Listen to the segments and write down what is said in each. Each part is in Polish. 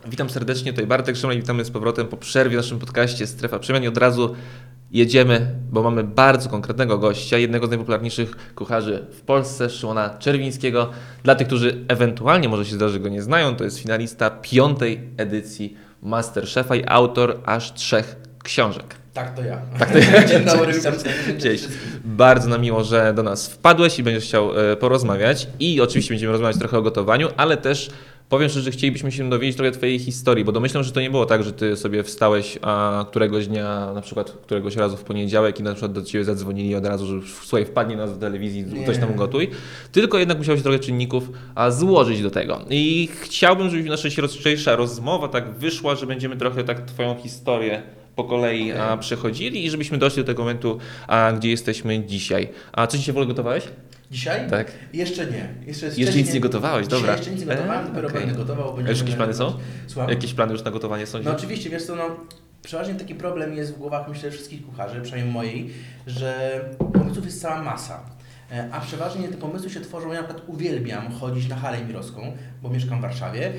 Witam serdecznie, tutaj Bartek Szymlej, witamy z powrotem po przerwie w naszym podcaście Strefa Przemian i od razu jedziemy, bo mamy bardzo konkretnego gościa, jednego z najpopularniejszych kucharzy w Polsce, Szymona Czerwińskiego. Dla tych, którzy ewentualnie może się zdarzy, że go nie znają, to jest finalista 5. edycji MasterChefa i autor aż 3 książek. Tak, to ja. Tak, to ja. Dzień dobry, witam serdecznie. Cześć. Bardzo nam miło, że do nas wpadłeś i będziesz chciał porozmawiać. I oczywiście będziemy rozmawiać trochę o gotowaniu, ale też powiem szczerze, że chcielibyśmy się dowiedzieć trochę twojej historii, bo domyślam, że to nie było tak, że ty sobie wstałeś któregoś dnia, na przykład któregoś razu w poniedziałek i na przykład do ciebie zadzwonili od razu, że słuchaj, wpadnij nas do telewizji, coś tam gotuj. Tylko jednak musiałeś trochę czynników złożyć do tego. I chciałbym, żeby nasza dzisiejsza rozmowa tak wyszła, że będziemy trochę tak twoją historię po kolei przechodzili i żebyśmy doszli do tego momentu, gdzie jesteśmy dzisiaj. A co dzisiaj w ogóle gotowałeś? Dzisiaj? Tak. Jeszcze nie. Jeszcze nic nie gotowałeś, dobra. Jeszcze nic nie gotowałem, dopiero będę gotował. A już jakieś plany są? Słucham? Jakieś plany już na gotowanie są? No oczywiście, wiesz co, przeważnie taki problem jest w głowach, myślę, wszystkich kucharzy, przynajmniej mojej, że pomysłów jest cała masa. A przeważnie te pomysły się tworzą, ja na przykład uwielbiam chodzić na halę mirowską, bo mieszkam w Warszawie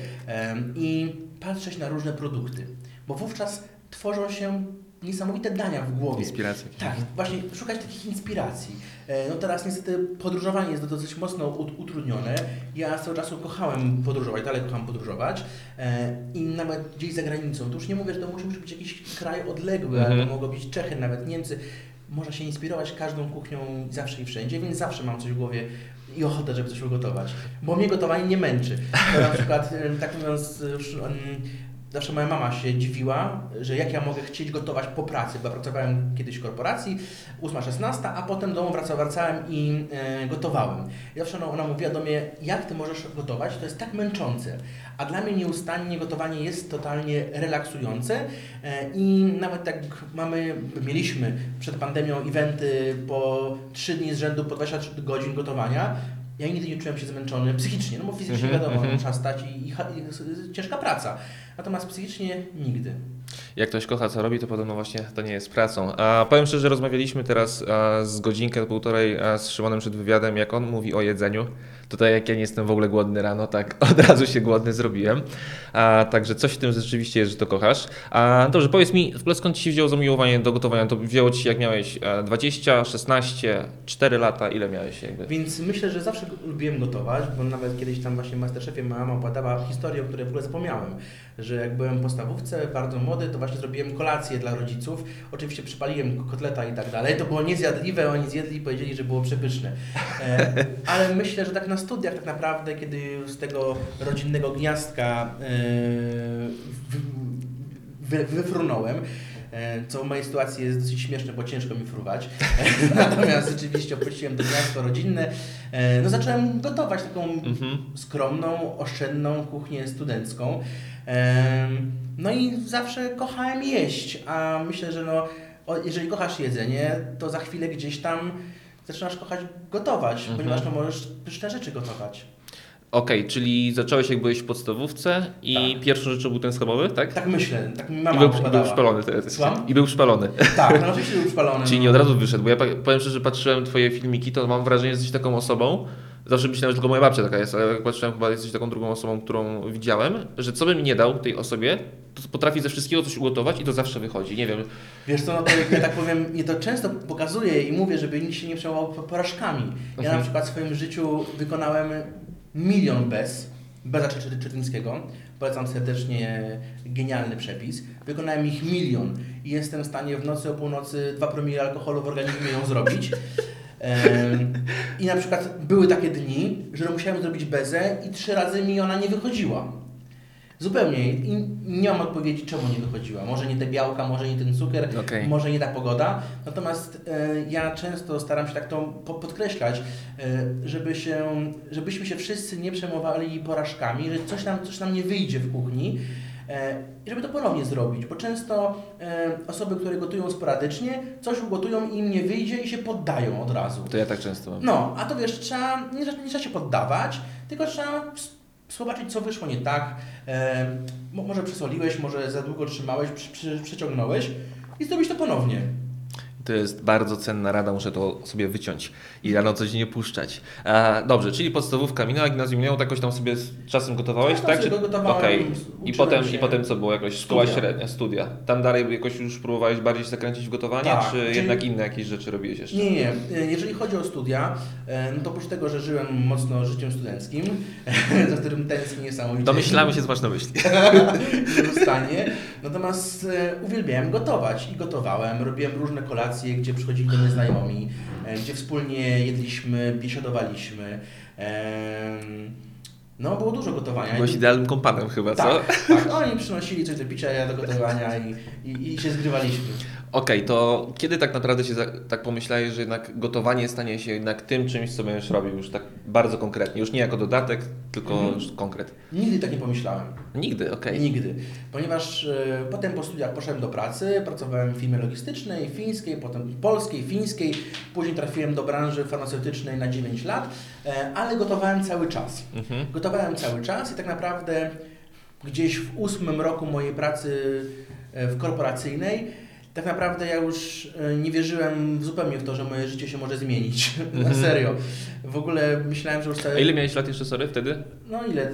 i patrzeć na różne produkty, bo wówczas tworzą się niesamowite dania w głowie. Inspiracje. Tak, właśnie szukać takich inspiracji. No teraz niestety podróżowanie jest dosyć mocno utrudnione. Ja cały czas kochałem podróżować, dalej kocham podróżować i nawet gdzieś za granicą. To już nie mówię, że to musi być jakiś kraj odległy, ale to mogą być Czechy, nawet Niemcy. Można się inspirować każdą kuchnią zawsze i wszędzie, więc zawsze mam coś w głowie i ochotę, żeby coś ugotować. Bo mnie gotowanie nie męczy. To na przykład, tak mówiąc, zawsze moja mama się dziwiła, że jak ja mogę chcieć gotować po pracy, bo ja pracowałem kiedyś w korporacji, 8-16, a potem do domu wracałem i gotowałem. I zawsze ona mówiła do mnie, jak ty możesz gotować, to jest tak męczące. A dla mnie nieustannie gotowanie jest totalnie relaksujące i nawet jak mieliśmy przed pandemią eventy po 3 dni z rzędu, po 23 godzin gotowania, ja nigdy nie czułem się zmęczony psychicznie, no bo fizycznie wiadomo, trzeba stać i ciężka praca. Natomiast psychicznie nigdy. Jak ktoś kocha, co robi, to podobno właśnie to nie jest pracą. A powiem szczerze, rozmawialiśmy teraz z godzinkę, półtorej z Szymonem przed wywiadem, jak on mówi o jedzeniu. Tutaj jak ja nie jestem w ogóle głodny rano, tak od razu się głodny zrobiłem. Także coś w tym rzeczywiście jest, że to kochasz. Dobrze, powiedz mi, w ogóle skąd Ci się wzięło zamiłowanie do gotowania? To wzięło Ci jak miałeś 20, 16, 4 lata, ile miałeś jakby? Więc myślę, że zawsze lubiłem gotować, bo nawet kiedyś tam właśnie w MasterChefie moja mama opowiadała historię, o której w ogóle zapomniałem. Że jak byłem w podstawówce, bardzo młody, to właśnie zrobiłem kolację dla rodziców. Oczywiście przypaliłem kotleta i tak dalej. To było niezjadliwe, oni zjedli i powiedzieli, że było przepyszne. Ale myślę, że tak na studiach tak naprawdę, kiedy z tego rodzinnego gniazdka wyfrunąłem, co w mojej sytuacji jest dosyć śmieszne, bo ciężko mi fruwać. Natomiast rzeczywiście opuściłem to gniazdko rodzinne. No zacząłem gotować taką skromną, oszczędną kuchnię studencką. No i zawsze kochałem jeść, a myślę, że jeżeli kochasz jedzenie, to za chwilę gdzieś tam zaczynasz kochać gotować, ponieważ możesz pyszne rzeczy gotować. Okej, czyli zacząłeś jak byłeś w podstawówce i pierwszą rzeczą był ten schabowy, tak? Tak myślę, tak mi mama I był szpalony. I był szpalony. Tak, no oczywiście był szpalony. Czyli nie od razu wyszedł, bo ja powiem szczerze, że patrzyłem twoje filmiki, to mam wrażenie, że jesteś taką osobą, zawsze myślałem, że tylko moja babcia taka jest, ale jak patrzyłem, chyba jesteś taką drugą osobą, którą widziałem, że co bym nie dał tej osobie, to potrafi ze wszystkiego coś ugotować i to zawsze wychodzi, nie wiem. Wiesz co, to ja tak powiem, mnie to często pokazuje i mówię, żeby nikt się nie przejmował porażkami. Ja na przykład w swoim życiu wykonałem 1 000 000 Beza Czerwińskiego. Polecam serdecznie, genialny przepis. Wykonałem ich 1 000 000 i jestem w stanie w nocy o północy 2 promile alkoholu w organizmie ją zrobić. I na przykład były takie dni, że musiałem zrobić bezę i 3 razy mi ona nie wychodziła. Zupełnie. I nie mam odpowiedzi, czemu nie wychodziła. Może nie te białka, może nie ten cukier, może nie ta pogoda. Natomiast ja często staram się tak to podkreślać, żebyśmy się wszyscy nie przejmowali porażkami, że coś nam nie wyjdzie w kuchni. I żeby to ponownie zrobić, bo często osoby, które gotują sporadycznie, coś ugotują i im nie wyjdzie i się poddają od razu. To ja tak często mam. No, a to wiesz, nie trzeba się poddawać, tylko trzeba zobaczyć, co wyszło nie tak. Może przesoliłeś, może za długo trzymałeś, przeciągnąłeś i zrobić to ponownie. To jest bardzo cenna rada, muszę to sobie wyciąć i rano codziennie puszczać. Dobrze, czyli podstawówka minęła, gimnazjum minęło, tak jakoś tam sobie z czasem gotowałeś, Tak, tak? sobie gotowałem, Okej. uczyłem się. I potem co było? Jakoś szkoła Studia. średnia, studia. Tam dalej jakoś już próbowałeś bardziej się zakręcić w gotowanie, Tak, czy czyli- jednak inne jakieś rzeczy robiłeś jeszcze? Nie. Jeżeli chodzi o studia, no to oprócz tego, że żyłem mocno życiem studenckim, za którym tęsknię niesamowicie. Domyślamy się z na myśli. Nie dostanie. Natomiast uwielbiałem gotować i gotowałem. Robiłem różne kolacje, gdzie przychodzili do mnie znajomi, gdzie wspólnie jedliśmy, biesiadowaliśmy. No, było dużo gotowania. Byłeś idealnym kompanem chyba, co? Tak. Oni przynosili coś do picia, ja do gotowania i się zgrywaliśmy. Okej, to kiedy tak naprawdę się tak pomyślałeś, że jednak gotowanie stanie się jednak tym czymś, co będziesz robił już tak bardzo konkretnie, już nie jako dodatek, tylko już konkret? Nigdy tak nie pomyślałem. Nigdy, okej. Nigdy. Ponieważ potem po studiach poszedłem do pracy, pracowałem w firmie logistycznej, fińskiej, potem polskiej, fińskiej, później trafiłem do branży farmaceutycznej na 9 lat, ale gotowałem cały czas. Gotowałem cały czas i tak naprawdę gdzieś w 8 roku mojej pracy w korporacyjnej tak naprawdę ja już nie wierzyłem zupełnie w to, że moje życie się może zmienić. Na serio. W ogóle myślałem, że już A ile miałeś lat jeszcze, sorry, wtedy? No ile?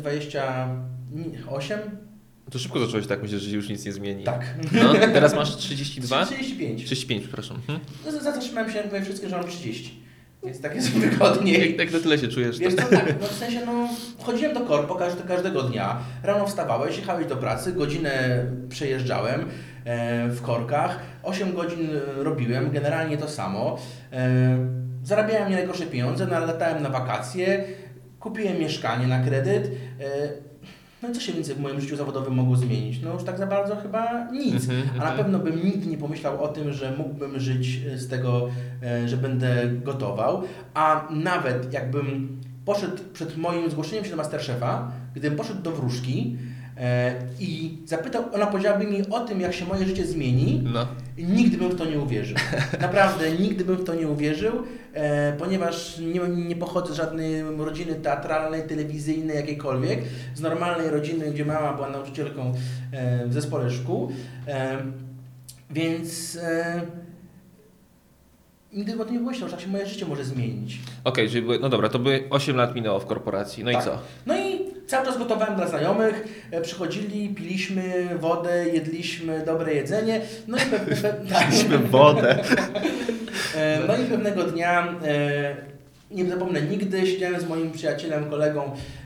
28? To szybko zacząłeś tak myśleć, że się już nic nie zmieni. Tak. No, teraz masz 32? 35. 35, przepraszam. No, zatrzymałem się, powiem wszystkie, że mam 30. Więc tak jest wygodniej. Jak na tyle się czujesz? Wiesz co, tak, no w sensie, no chodziłem do korpo każdego dnia, rano wstawałeś, jechałeś do pracy, godzinę przejeżdżałem w korkach, 8 godzin robiłem, generalnie to samo. Zarabiałem nie najgorsze pieniądze, latałem na wakacje, kupiłem mieszkanie na kredyt. No i co się więcej w moim życiu zawodowym mogło zmienić? No już tak za bardzo chyba nic. A na pewno bym nigdy nie pomyślał o tym, że mógłbym żyć z tego, że będę gotował. A nawet jakbym poszedł przed moim zgłoszeniem się do Masterchefa, gdybym poszedł do wróżki i zapytał, ona powiedziałaby mi o tym, jak się moje życie zmieni, No. nigdy bym w to nie uwierzył. Naprawdę, nigdy bym w to nie uwierzył, ponieważ nie pochodzę z żadnej rodziny teatralnej, telewizyjnej, jakiejkolwiek. Z normalnej rodziny, gdzie mama była nauczycielką w zespole szkół. Więc nigdy bym o tym nie pomyślał, że tak się moje życie może zmienić. Okej, czyli no dobra, to by 8 lat minęło w korporacji. No Tak. i co? No i cały czas gotowałem dla znajomych, przychodzili, piliśmy wodę, jedliśmy dobre jedzenie, no i Piliśmy wodę. No i pewnego dnia, nie zapomnę nigdy, siedziałem z moim przyjacielem, kolegą,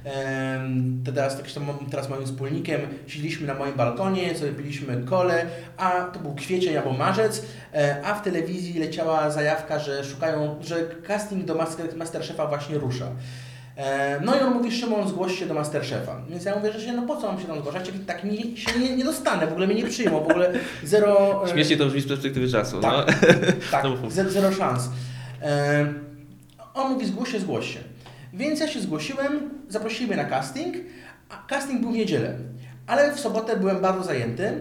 teraz moim wspólnikiem, siedzieliśmy na moim balkonie, sobie piliśmy kolę, a to był kwiecień albo marzec, a w telewizji leciała zajawka, że casting do Masterchefa właśnie rusza. No i on mówi, Szymon, zgłoś się do Masterchefa. Więc ja mówię, że no po co mam się tam zgłaszać, jak tak się nie dostanę, w ogóle mnie nie przyjmą, w ogóle zero... Śmiesznie to brzmi z perspektywy czasu. Tak, No. tak, No. zero szans. On mówi, zgłoś się. Więc ja się zgłosiłem, zaprosili mnie na casting, a casting był w niedzielę. Ale w sobotę byłem bardzo zajęty.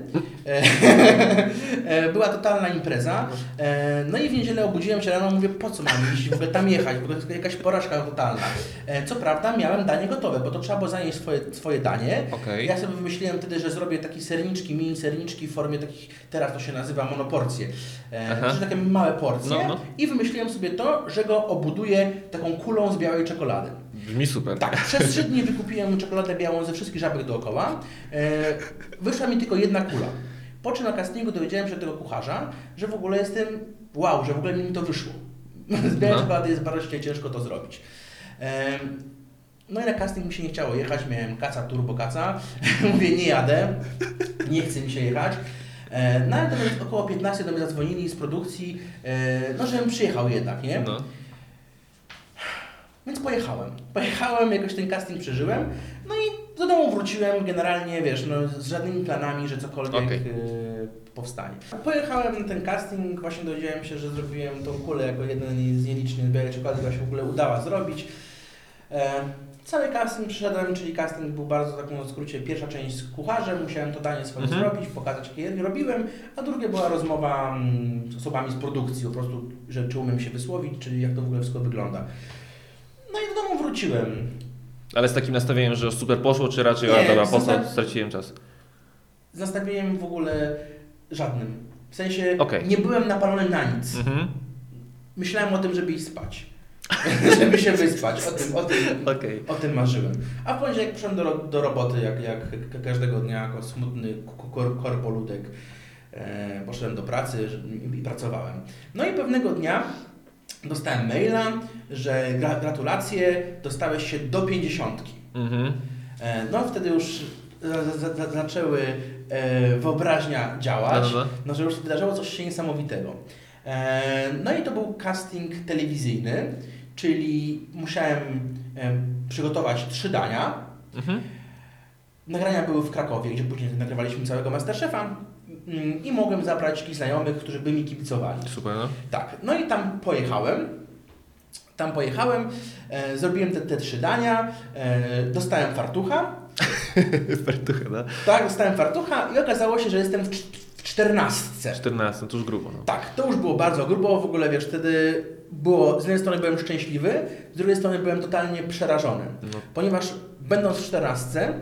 Była totalna impreza. No i w niedzielę obudziłem się rano, mówię, po co mam iść, w ogóle tam jechać, w ogóle jakaś porażka totalna. Co prawda miałem danie gotowe, bo to trzeba było zanieść swoje danie. Okej. Ja sobie wymyśliłem wtedy, że zrobię takie mini serniczki w formie takich, teraz to się nazywa monoporcje. Czyli takie małe porcje. No. I wymyśliłem sobie to, że go obuduję taką kulą z białej czekolady. Brzmi super. Tak, przez 3 dni wykupiłem czekoladę białą ze wszystkich żabek dookoła. Wyszła mi tylko jedna kula. Po czym na castingu dowiedziałem się od tego kucharza, że w ogóle jestem, że w ogóle mi to wyszło. Z białej czekolady jest bardzo ciężko to zrobić. No i na casting mi się nie chciało jechać, miałem kaca, turbo kaca. Mówię, nie jadę, nie chce mi się jechać. No ale to około 15 do mnie zadzwonili z produkcji, no żebym przyjechał jednak, nie? No. Więc pojechałem, jakoś ten casting przeżyłem, no i do domu wróciłem generalnie, wiesz, no, z żadnymi planami, że cokolwiek powstanie. Pojechałem na ten casting, właśnie dowiedziałem się, że zrobiłem tą kulę jako jeden z nielicznych białej czekolady, która się w ogóle udała zrobić. Cały casting przyszedłem, czyli casting był bardzo, tak mówiąc w skrócie, pierwsza część z kucharzem, musiałem to danie swoje zrobić, pokazać jakie je robiłem, a drugie była rozmowa z osobami z produkcji, po prostu, że czy umiem się wysłowić, czy jak to w ogóle wszystko wygląda. No i do domu wróciłem. Ale z takim nastawieniem, że super poszło, czy raczej, Nie, dobra, po co straciłem czas? Z nastawieniem w ogóle żadnym. W sensie Okej. nie byłem napalony na nic. Mhm. Myślałem o tym, żeby iść spać. Żeby się wyspać. Okej. O tym marzyłem. A w poniedziałek przyszedłem do roboty, jak każdego dnia, jako smutny korpoludek. Poszedłem do pracy i pracowałem. No i pewnego dnia dostałem maila, że gratulacje, dostałeś się do 50. Mhm. No wtedy już zaczęły wyobraźnia działać, no że już wydarzyło coś się niesamowitego. No i to był casting telewizyjny, czyli musiałem przygotować 3 dania. Mhm. Nagrania były w Krakowie, gdzie później nagrywaliśmy całego Masterchefa i mogłem zabrać jakichś znajomych, którzy by mi kibicowali. Super, no. Tak, no i tam pojechałem, zrobiłem te 3 dania, dostałem fartucha. Fartucha, no. Tak, dostałem fartucha i okazało się, że jestem w 14. 14, to już grubo, no. Tak, to już było bardzo grubo, w ogóle wiesz, wtedy było, z jednej strony byłem szczęśliwy, z drugiej strony byłem totalnie przerażony, No. ponieważ będąc w 14,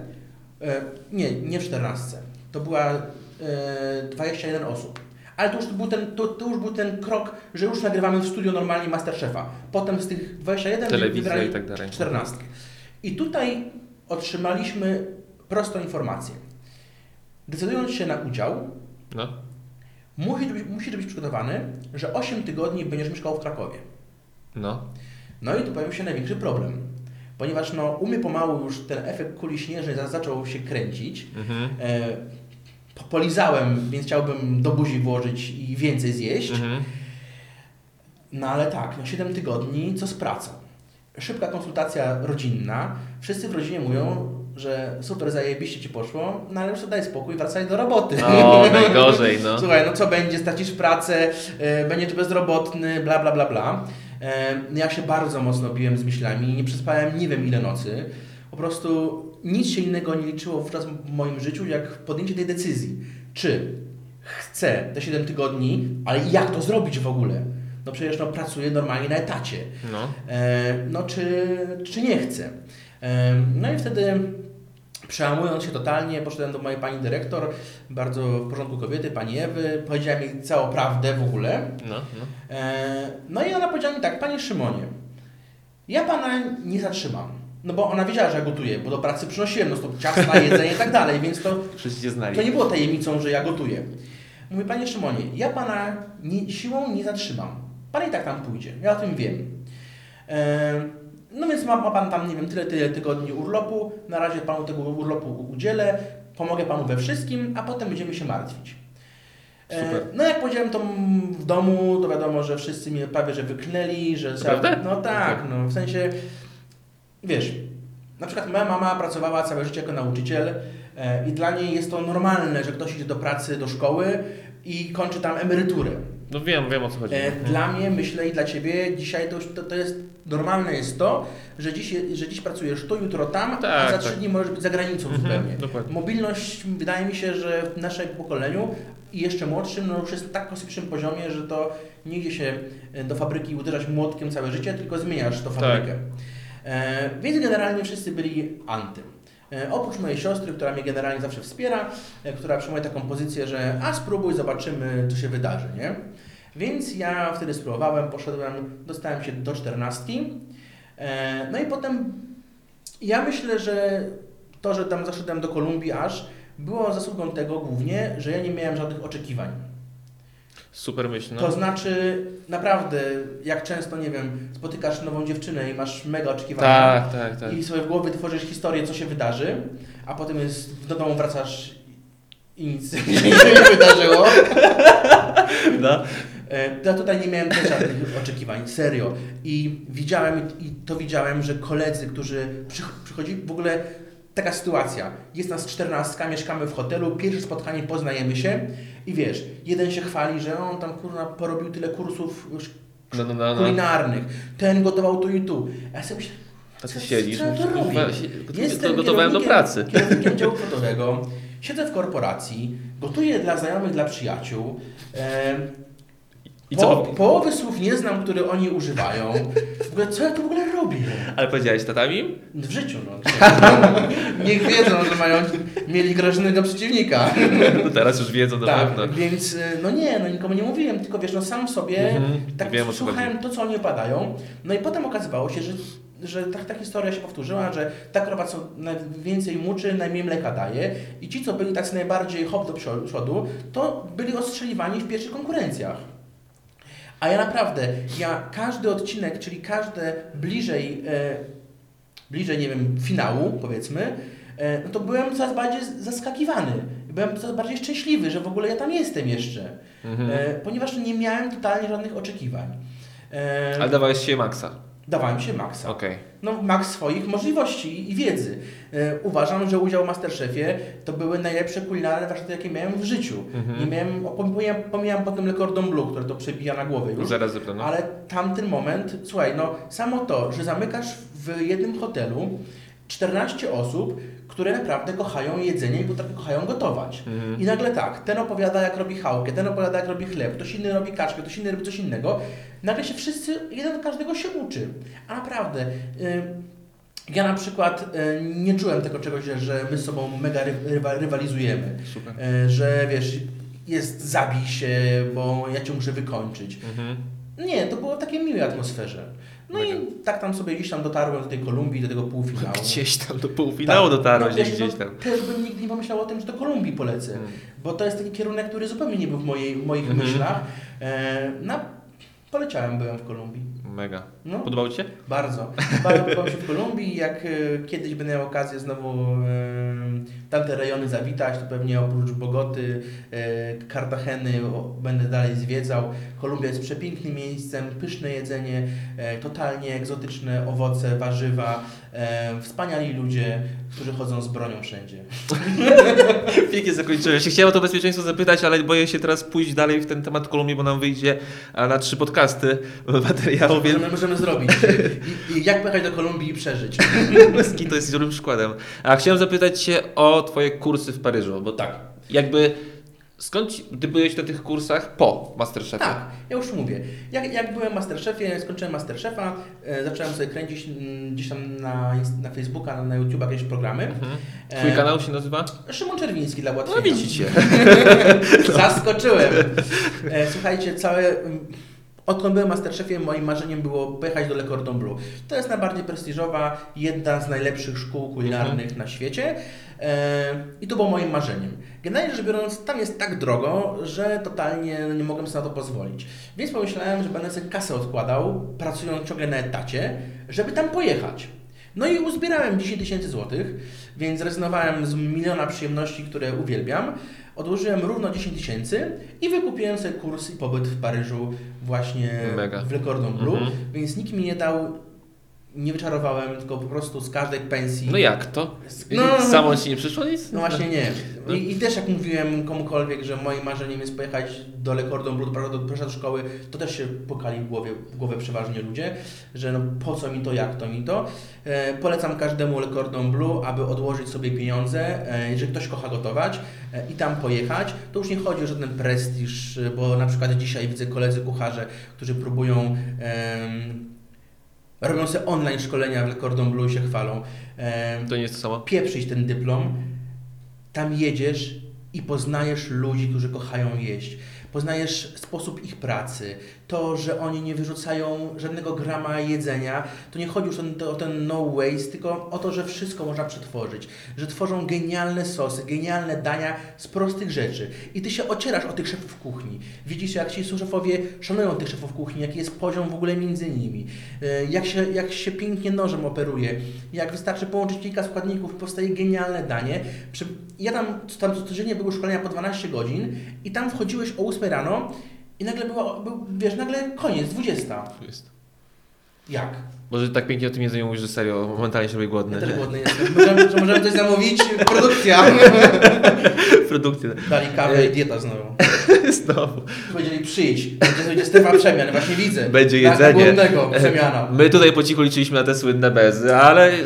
nie w 14, to była 21 osób. Ale to już był ten krok, że już nagrywamy w studio normalnie Masterchefa. Potem z tych 21 Telewizja wybrali i tak dalej. 14. I tutaj otrzymaliśmy prostą informację. Decydując się na udział, No. musisz być przygotowany, że 8 tygodni będziesz mieszkał w Krakowie. No. No i tu pojawił się największy problem. Ponieważ u mnie pomału już ten efekt kuli śnieżnej zaczął się kręcić. Mhm. Polizałem, więc chciałbym do buzi włożyć i więcej zjeść. Mhm. No ale tak, 7 tygodni, co z pracą? Szybka konsultacja rodzinna. Wszyscy w rodzinie mówią, że super, zajebiście Ci poszło, no ale już to daj spokój, wracaj do roboty. O, najgorzej, no. Słuchaj, no co będzie, stracisz pracę, będziesz bezrobotny, bla, bla, bla, bla. Ja się bardzo mocno biłem z myślami, nie przespałem nie wiem ile nocy. Po prostu nic się innego nie liczyło wówczas w moim życiu, jak podjęcie tej decyzji. Czy chcę te 7 tygodni, ale jak to zrobić w ogóle? No przecież pracuję normalnie na etacie. No. No czy nie chcę? No i wtedy przełamując się totalnie, poszedłem do mojej pani dyrektor, bardzo w porządku kobiety, pani Ewy, powiedziałem jej całą prawdę w ogóle. No. No i ona powiedziała mi tak, panie Szymonie, ja pana nie zatrzymam. No bo ona wiedziała, że ja gotuję, bo do pracy przynosiłem ciasta, jedzenie i tak dalej, więc Wszyscy cię znali. to nie było tajemnicą, że ja gotuję. Mówi, panie Szymonie, ja pana siłą nie zatrzymam. Pan i tak tam pójdzie, ja o tym wiem. No więc ma pan tam, nie wiem, tyle tygodni urlopu, na razie panu tego urlopu udzielę, pomogę panu we wszystkim, a potem będziemy się martwić. Super. No jak powiedziałem to w domu, to wiadomo, że wszyscy mnie prawie że wyklnęli, że... Prawda? No tak, Okay. no w sensie, wiesz, na przykład moja mama pracowała całe życie jako nauczyciel i dla niej jest to normalne, że ktoś idzie do pracy, do szkoły i kończy tam emeryturę. No wiem o co chodzi. Dla mnie, myślę i dla Ciebie dzisiaj to jest normalne jest to, że dziś pracujesz tu, jutro tam, Tak, a za 3 tak. dni możesz być za granicą zupełnie. Dokładnie. Mobilność wydaje mi się, że w naszym pokoleniu i jeszcze młodszym no już jest na tak kosmicznym poziomie, że to nie idzie się do fabryki uderzać młotkiem całe życie, tylko zmieniasz tą fabrykę. Więc generalnie wszyscy byli anty. Oprócz mojej siostry, która mnie generalnie zawsze wspiera, która przyjmuje taką pozycję, że spróbuj, zobaczymy, co się wydarzy, nie? Więc ja wtedy spróbowałem, poszedłem, dostałem się do 14. No i potem ja myślę, że to, że tam zaszedłem do Kolumbii aż, było zasługą tego głównie, że ja nie miałem żadnych oczekiwań. Super myśl, no. To znaczy, naprawdę, jak często, nie wiem, spotykasz nową dziewczynę i masz mega oczekiwania. Tak. I sobie w głowie tworzysz historię, co się wydarzy, a potem do domu wracasz i nic się nie wydarzyło. No. Ja tutaj nie miałem też żadnych oczekiwań, serio. I widziałem, że koledzy, którzy przychodzi w ogóle taka sytuacja. Jest nas 14, mieszkamy w hotelu, pierwsze spotkanie, poznajemy się i wiesz, jeden się chwali, że on tam kurna porobił tyle kursów kulinarnych, ten gotował tu i tu. A ja sobie myślę, A ty siedzisz, co ja to robię? to gotowałem do pracy. Kierownikiem działu fotowego, siedzę w korporacji, gotuję dla znajomych, dla przyjaciół. I co? Połowy słów nie znam, które oni używają. W ogóle, co ja tu w ogóle robię? Ale powiedziałeś tatami im? W życiu, no. Niech wiedzą, że mieli groźnego przeciwnika. No teraz już wiedzą na Tak, pewno. więc nikomu nie mówiłem, tylko wiesz, sam sobie tak Wiem, o co słuchałem to, co oni opowiadają. No i potem okazywało się, że ta historia się powtórzyła, że ta krowa, co najwięcej muczy, najmniej mleka daje i ci, co byli tacy najbardziej hop do przodu, to byli ostrzeliwani w pierwszych konkurencjach. A ja naprawdę, każdy odcinek, czyli każde bliżej, nie wiem, finału, powiedzmy, no to byłem coraz bardziej zaskakiwany. Byłem coraz bardziej szczęśliwy, że w ogóle ja tam jestem jeszcze. Ponieważ nie miałem totalnie żadnych oczekiwań. Ale dawałeś się maksa. Dawałem się maksa. Okej. No, maks swoich możliwości i wiedzy. Uważam, że udział w Masterchefie to były najlepsze kulinarne warsztaty, jakie miałem w życiu. Nie miałem, pomijam potem Le Cordon Bleu, które to przebija na głowę już. Zaraz zapewne. Ale tamten moment, słuchaj, samo to, że zamykasz w jednym hotelu 14 osób, które naprawdę kochają jedzenie i kochają gotować. I nagle tak, ten opowiada jak robi chałkę, ten opowiada jak robi chleb, ktoś inny robi kaczkę, ktoś inny robi coś innego. Nagle się wszyscy, jeden od każdego się uczy. A naprawdę, ja na przykład nie czułem tego czegoś, że my z sobą mega rywalizujemy. Super. Że wiesz, zabij się, bo ja cię muszę wykończyć. Nie, to było w takiej miłej atmosferze. No mega. I tak tam sobie gdzieś tam dotarłem do tej Kolumbii, do tego półfinału. Gdzieś tam do półfinału tak. Dotarłeś, gdzieś tam. Też bym nigdy nie pomyślał o tym, że do Kolumbii polecę, bo to jest taki kierunek, który zupełnie nie był w moich myślach. Poleciałem, byłem w Kolumbii. Mega. No. Podobało Ci się? Bardzo. Bardzo podobało się w Kolumbii. Jak kiedyś będę miał okazję znowu tamte rejony zawitać, to pewnie oprócz Bogoty, Cartageny będę dalej zwiedzał. Kolumbia jest przepięknym miejscem, pyszne jedzenie, totalnie egzotyczne owoce, warzywa, wspaniali ludzie, którzy chodzą z bronią wszędzie. Pięknie zakończyłeś. Chciałem o to bezpieczeństwo zapytać, ale boję się teraz pójść dalej w ten temat Kolumbii, bo nam wyjdzie na 3 podcasty materiału. Więc możemy zrobić. I jak pojechać do Kolumbii i przeżyć. Ski to jest dobrym przykładem. A chciałem zapytać Cię o Twoje kursy w Paryżu, bo tak, jakby skąd Ty byłeś na tych kursach po Masterchefie? Tak, ja już mówię. Jak byłem w Masterchefie, skończyłem Masterchefa, zacząłem sobie kręcić gdzieś tam na Facebooka, na YouTube jakieś programy. Twój kanał się nazywa? Szymon Czerwiński dla ułatwienia. No widzicie. Zaskoczyłem. Słuchajcie, odkąd byłem w Masterchefie, moim marzeniem było pojechać do Le Cordon Bleu. To jest najbardziej prestiżowa, jedna z najlepszych szkół kulinarnych na świecie. I to było moim marzeniem. Generalnie rzecz biorąc, tam jest tak drogo, że totalnie nie mogłem sobie na to pozwolić. Więc pomyślałem, że będę sobie kasę odkładał, pracując ciągle na etacie, żeby tam pojechać. No i uzbierałem 10 000 złotych, więc zrezygnowałem z miliona przyjemności, które uwielbiam. Odłożyłem równo 10 000 i wykupiłem sobie kurs i pobyt w Paryżu właśnie w Le Cordon Bleu, więc nikt mi nie dał, nie wyczarowałem, tylko po prostu z każdej pensji. No jak to? Samo Ci nie przyszło nic? No właśnie nie. I też jak mówiłem komukolwiek, że moim marzeniem jest pojechać do Le Cordon Bleu, do szkoły, to też się pukali w głowę przeważnie ludzie, że no po co mi to, jak to mi to. Polecam każdemu Le Cordon Bleu, aby odłożyć sobie pieniądze, jeżeli ktoś kocha gotować i tam pojechać. To już nie chodzi o żaden prestiż, bo na przykład dzisiaj widzę koledzy kucharze, którzy próbują robią sobie online szkolenia w Le Cordon Bleu i się chwalą. To nie jest to samo? Pieprzyć ten dyplom, tam jedziesz i poznajesz ludzi, którzy kochają jeść. Poznajesz sposób ich pracy, to, że oni nie wyrzucają żadnego grama jedzenia. To nie chodzi już o ten no waste, tylko o to, że wszystko można przetworzyć. Że tworzą genialne sosy, genialne dania z prostych rzeczy. I Ty się ocierasz o tych szefów kuchni. Widzisz, jak ci szefowie szanują tych szefów kuchni, jaki jest poziom w ogóle między nimi. Jak się pięknie nożem operuje. Jak wystarczy połączyć kilka składników i powstaje genialne danie. Ja tam codziennie były szkolenia po 12 godzin i tam wchodziłeś o 8 rano i nagle nagle koniec, 20. Jak? Może tak pięknie o tym jedzeniu mówisz, że serio, momentalnie się robię głodny. Ja też głodny jestem. Możemy coś zamówić? Produkcja. Produkcja. Dali kawę i dieta znowu. Znowu. Powiedzieli przyjdź, będzie strefa przemian, właśnie widzę. Będzie jedzenie. Głodnego przemiana. My tutaj po cichu liczyliśmy na te słynne bezy, ale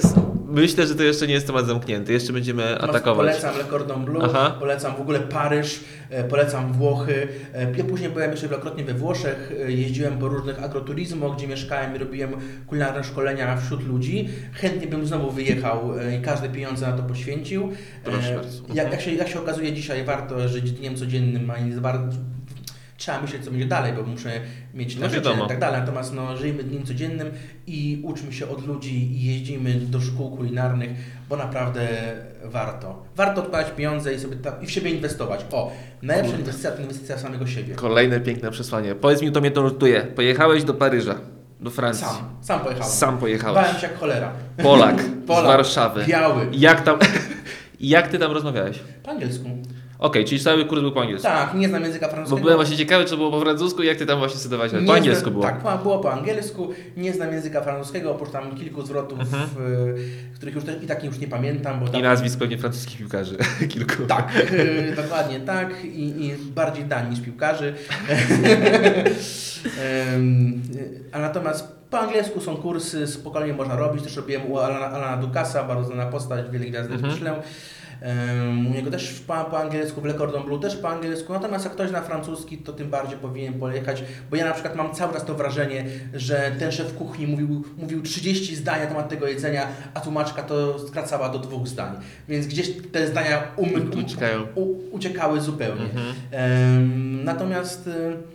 myślę, że to jeszcze nie jest temat zamknięty. Jeszcze będziemy atakować. Polecam Le Cordon Bleu, Aha. polecam w ogóle Paryż, polecam Włochy. Ja później byłem jeszcze wielokrotnie we Włoszech, jeździłem po różnych agroturizmach, gdzie mieszkałem i robiłem kulinarne szkolenia wśród ludzi. Chętnie bym znowu wyjechał i każde pieniądze na to poświęcił. Proszę bardzo. Jak się okazuje dzisiaj, warto żyć dniem codziennym, a nie za bardzo... Trzeba myśleć, co będzie dalej, bo muszę mieć na życie i tak dalej. Natomiast żyjmy dniem codziennym i uczmy się od ludzi i jeździmy do szkół kulinarnych, bo naprawdę warto. Warto odkładać pieniądze i sobie i w siebie inwestować. Najlepsza inwestycja to inwestycja w samego siebie. Kolejne piękne przesłanie. Powiedz mi, to mnie to nurtuje. Pojechałeś do Paryża, do Francji. Sam pojechałem. Sam pojechałeś. Bałem się jak cholera. Polak z Warszawy. Biały. Jak ty tam rozmawiałeś? Po angielsku. Okej, czyli cały kurs był po angielsku. Tak, nie znam języka francuskiego. Bo byłem właśnie ciekawy, czy było po francusku i jak ty tam właśnie studowałeś. Po angielsku było. Tak, było po angielsku. Nie znam języka francuskiego, oprócz tam kilku zwrotów, których już i tak już nie pamiętam. Bo I nazwisk pewnie francuskich piłkarzy. Kilku. Tak, dokładnie tak. I bardziej dań niż piłkarzy. A natomiast po angielsku są kursy, spokojnie można robić. Też robiłem u Alana Ducasa, bardzo znana postać, wiele gwiazdek Michelin. U niego też po angielsku, w Le Cordon Bleu też po angielsku, natomiast jak ktoś zna francuski, to tym bardziej powinien pojechać, bo ja na przykład mam cały czas to wrażenie, że ten szef kuchni mówił 30 zdań na temat tego jedzenia, a tłumaczka to skracała do 2 zdań, więc gdzieś te zdania uciekały zupełnie. Natomiast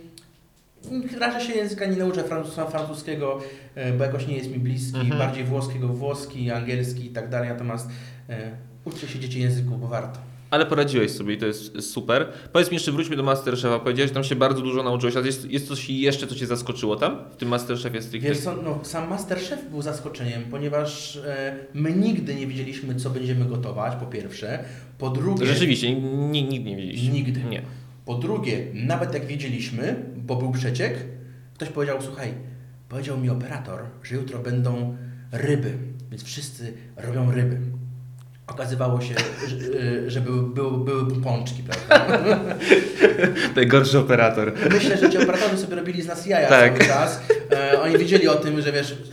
raczej się języka nie nauczę francuskiego, bo jakoś nie jest mi bliski, bardziej włoski, angielski i tak dalej, natomiast uczcie się dzieci języków, bo warto. Ale poradziłeś sobie i to jest super. Powiedz mi jeszcze, wróćmy do Masterchefa. Powiedziałeś, że tam się bardzo dużo nauczyłeś, ale jest coś jeszcze, co Cię zaskoczyło tam? W tym Masterchefie Wiesz co, sam Masterchef był zaskoczeniem, ponieważ my nigdy nie wiedzieliśmy, co będziemy gotować, po pierwsze. Po drugie... Rzeczywiście, nigdy nie wiedzieliście. Nigdy. Nie. Po drugie, nawet jak wiedzieliśmy, bo był przeciek, ktoś powiedział, słuchaj, powiedział mi operator, że jutro będą ryby, więc wszyscy robią ryby. Okazywało się, że były pączki, prawda? Najgorszy operator. Myślę, że ci operatorzy sobie robili z nas jaja tak. cały czas. Oni wiedzieli o tym, że wiesz,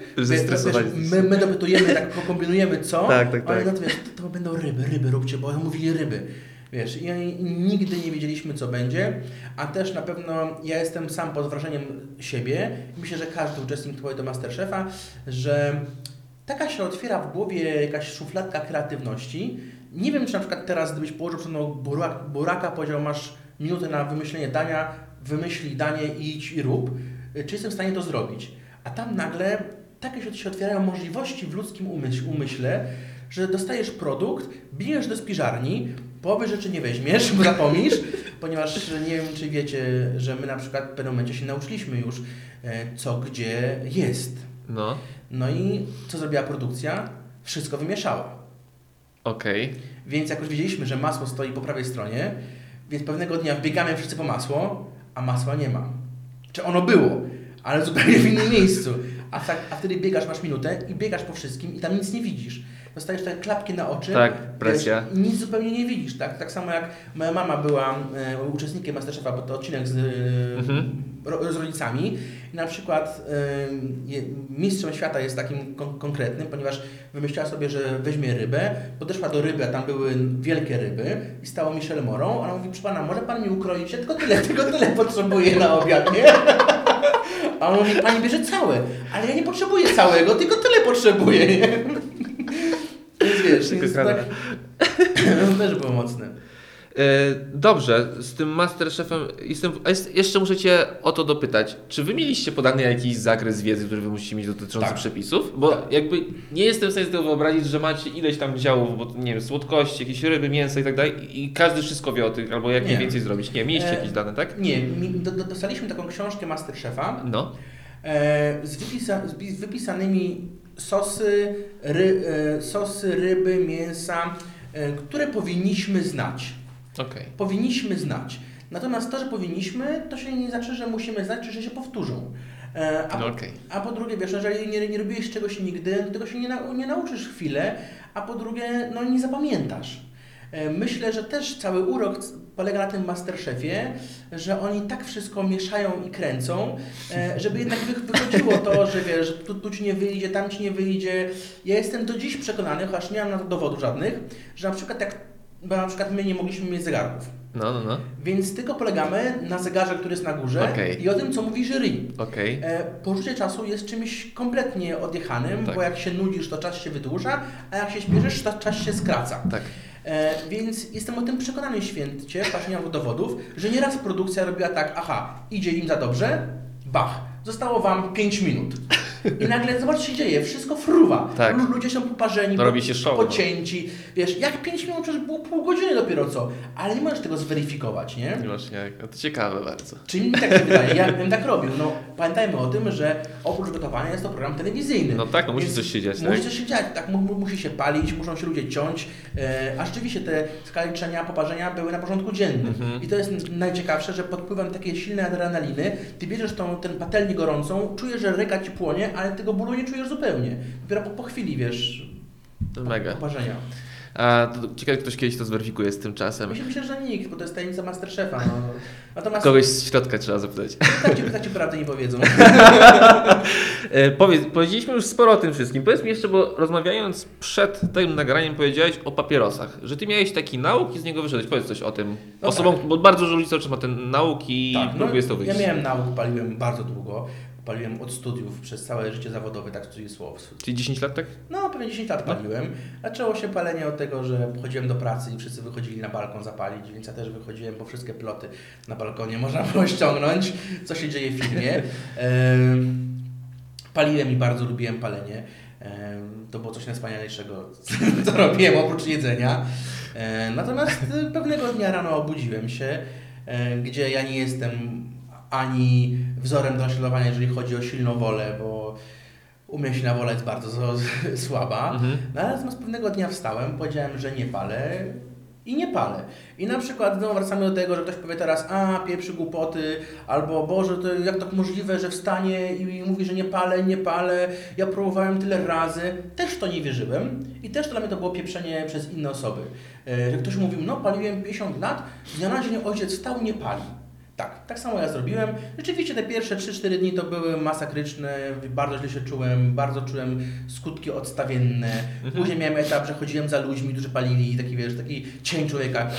my dopytujemy, tak kombinujemy co, tak. ale no to wiesz, to będą ryby róbcie, bo mówili ryby. Wiesz, i nigdy nie wiedzieliśmy, co będzie, a też na pewno ja jestem sam pod wrażeniem siebie, myślę, że każdy uczestnik twojego Masterchefa, że taka się otwiera w głowie jakaś szufladka kreatywności. Nie wiem, czy na przykład teraz, gdybyś położył przed mną buraka, powiedział, masz minutę na wymyślenie dania, wymyślij danie, idź i rób, czy jestem w stanie to zrobić. A tam nagle takie się otwierają możliwości w ludzkim umyśle, że dostajesz produkt, bijesz do spiżarni, połowy rzeczy nie weźmiesz, bo zapomnisz, ponieważ nie wiem, czy wiecie, że my na przykład w pewnym momencie się nauczyliśmy już, co gdzie jest. No i co zrobiła produkcja? Wszystko wymieszała. Okej. Więc jak już wiedzieliśmy, że masło stoi po prawej stronie, więc pewnego dnia wbiegamy wszyscy po masło, a masła nie ma. Czy ono było, ale zupełnie w innym miejscu. A wtedy biegasz, masz minutę i biegasz po wszystkim i tam nic nie widzisz. Dostajesz takie klapki na oczy. Tak, presja. Wiesz, i nic zupełnie nie widzisz. Tak samo jak moja mama była uczestnikiem Masterchefa, bo to odcinek z rodzicami. I na przykład mistrzem świata jest takim konkretnym, ponieważ wymyśliła sobie, że weźmie rybę, podeszła do ryby, a tam były wielkie ryby i stało Michel Morą. Ona mówi, proszę pana, może pan mi ukroić? Ja tylko tyle potrzebuję na obiad, nie? A on mówi, pani bierze całe, ale ja nie potrzebuję całego, tylko tyle potrzebuję, nie? Więc wiesz, tak, też było mocne. Dobrze, z tym Masterchefem jeszcze muszę Cię o to dopytać. Czy Wy mieliście podany jakiś zakres wiedzy, który Wy musicie mieć dotyczący przepisów? Bo jakby nie jestem w stanie sobie wyobrazić, że macie ileś tam działów, bo nie wiem, słodkości, jakieś ryby, mięsa i tak dalej i każdy wszystko wie o tych, albo jak mniej więcej zrobić. Nie, mieliście jakieś dane, tak? Nie, dostaliśmy taką książkę Masterchefa z wypisanymi sosy, ryby, mięsa, które powinniśmy znać. Powinniśmy znać. Natomiast to, że powinniśmy, to się nie znaczy, że musimy znać, czy że się powtórzą. A po drugie, wiesz, jeżeli nie robiłeś czegoś nigdy, to tego się nie nauczysz chwilę, a po drugie, no nie zapamiętasz. Myślę, że też cały urok polega na tym Masterchefie, że oni tak wszystko mieszają i kręcą, żeby jednak wychodziło to, że wiesz, że tu ci nie wyjdzie, tam ci nie wyjdzie. Ja jestem do dziś przekonany, chociaż nie mam na to dowodów żadnych, że na przykład bo na przykład my nie mogliśmy mieć zegarków. No. Więc tylko polegamy na zegarze, który jest na górze i o tym, co mówi jury. Poczucie czasu jest czymś kompletnie odjechanym, bo jak się nudzisz, to czas się wydłuża, a jak się śpieszysz, to czas się skraca. Więc jestem o tym przekonany święcie, patrz, nie mam dowodów, że nieraz produkcja robiła tak, idzie im za dobrze, bach, zostało wam 5 minut. I nagle zobacz, co się dzieje, wszystko fruwa. Ludzie są poparzeni, robi się show, pocięci. Wiesz, jak 5 minut, przecież było pół godziny dopiero co, ale nie możesz tego zweryfikować, nie? Nie masz jak, to ciekawe bardzo. Czyli mi tak się wydaje, ja bym tak robił. No, pamiętajmy o tym, że oprócz gotowania jest to program telewizyjny. Musi coś się dziać, Musi coś się dziać, musi się palić, muszą się ludzie ciąć, a rzeczywiście te skaliczenia, poparzenia były na porządku dziennym. I to jest najciekawsze, że pod wpływem takiej silnej adrenaliny, ty bierzesz ten patelnię gorącą, czujesz, że ręka ci płonie, ale tego bólu nie czujesz zupełnie. Dopiero po chwili, wiesz, mega. poparzenia. A ciekawe, ktoś kiedyś to zweryfikuje z tym czasem. Myślę, że nikt, bo to jest tajemnica Masterchefa. Natomiast kogoś z środka trzeba zapytać. Tak ci prawdę nie powiedzą. Powiedzieliśmy już sporo o tym wszystkim. Powiedz mi jeszcze, bo rozmawiając przed tym nagraniem powiedziałeś o papierosach, że ty miałeś taki nauk i z niego wyszedłeś. Powiedz coś o tym osobom, bo bardzo dużo ludzi cały czas ma ten nauk i próbuje z tego wyjść. Ja miałem nauk, paliłem bardzo długo. Paliłem od studiów przez całe życie zawodowe, tak w cudzysłowie. Czyli 10 lat, tak? No, pewnie 10 lat paliłem. Zaczęło się palenie od tego, że chodziłem do pracy i wszyscy wychodzili na balkon zapalić, więc ja też wychodziłem, bo wszystkie ploty na balkonie można było ściągnąć, co się dzieje w filmie. Paliłem i bardzo lubiłem palenie. To było coś najwspanialszego, co robiłem oprócz jedzenia. Natomiast pewnego dnia rano obudziłem się, gdzie ja nie jestem ani wzorem do naśladowania, jeżeli chodzi o silną wolę, bo u mnie silna wola jest bardzo słaba. Natomiast pewnego dnia wstałem, powiedziałem, że nie palę i nie palę. I na przykład znowu wracamy do tego, że ktoś powie teraz, pieprzy głupoty, albo Boże, to jak to możliwe, że wstanie i mówi, że nie palę, ja próbowałem tyle razy. Też w to nie wierzyłem i też dla mnie to było pieprzenie przez inne osoby. Że ktoś mówił, paliłem 50 lat, z dnia na dzień ojciec wstał, nie pali. Tak samo ja zrobiłem. Rzeczywiście te pierwsze 3-4 dni to były masakryczne, bardzo źle się czułem, bardzo czułem skutki odstawienne. Później miałem etap, że chodziłem za ludźmi, którzy palili, taki cień człowieka.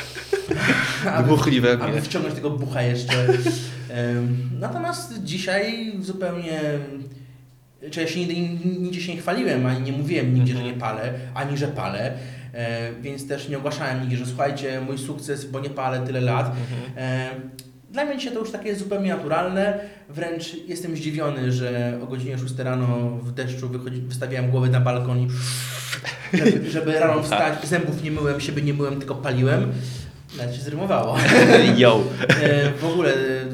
Dmuchliwe. Aby wciągnąć tego bucha jeszcze. Natomiast dzisiaj zupełnie... Czy ja się nigdzie się nie chwaliłem, ani nie mówiłem nigdzie, że nie palę, ani że palę. Więc też nie ogłaszałem nigdzie, że słuchajcie, mój sukces, bo nie palę tyle lat. Dla mnie dzisiaj to już takie jest zupełnie naturalne, wręcz jestem zdziwiony, że o godzinie 6 rano w deszczu wystawiałem głowę na balkon i żeby rano wstać, zębów nie myłem, siebie nie myłem, tylko paliłem. Nawet się zrymowało. W ogóle...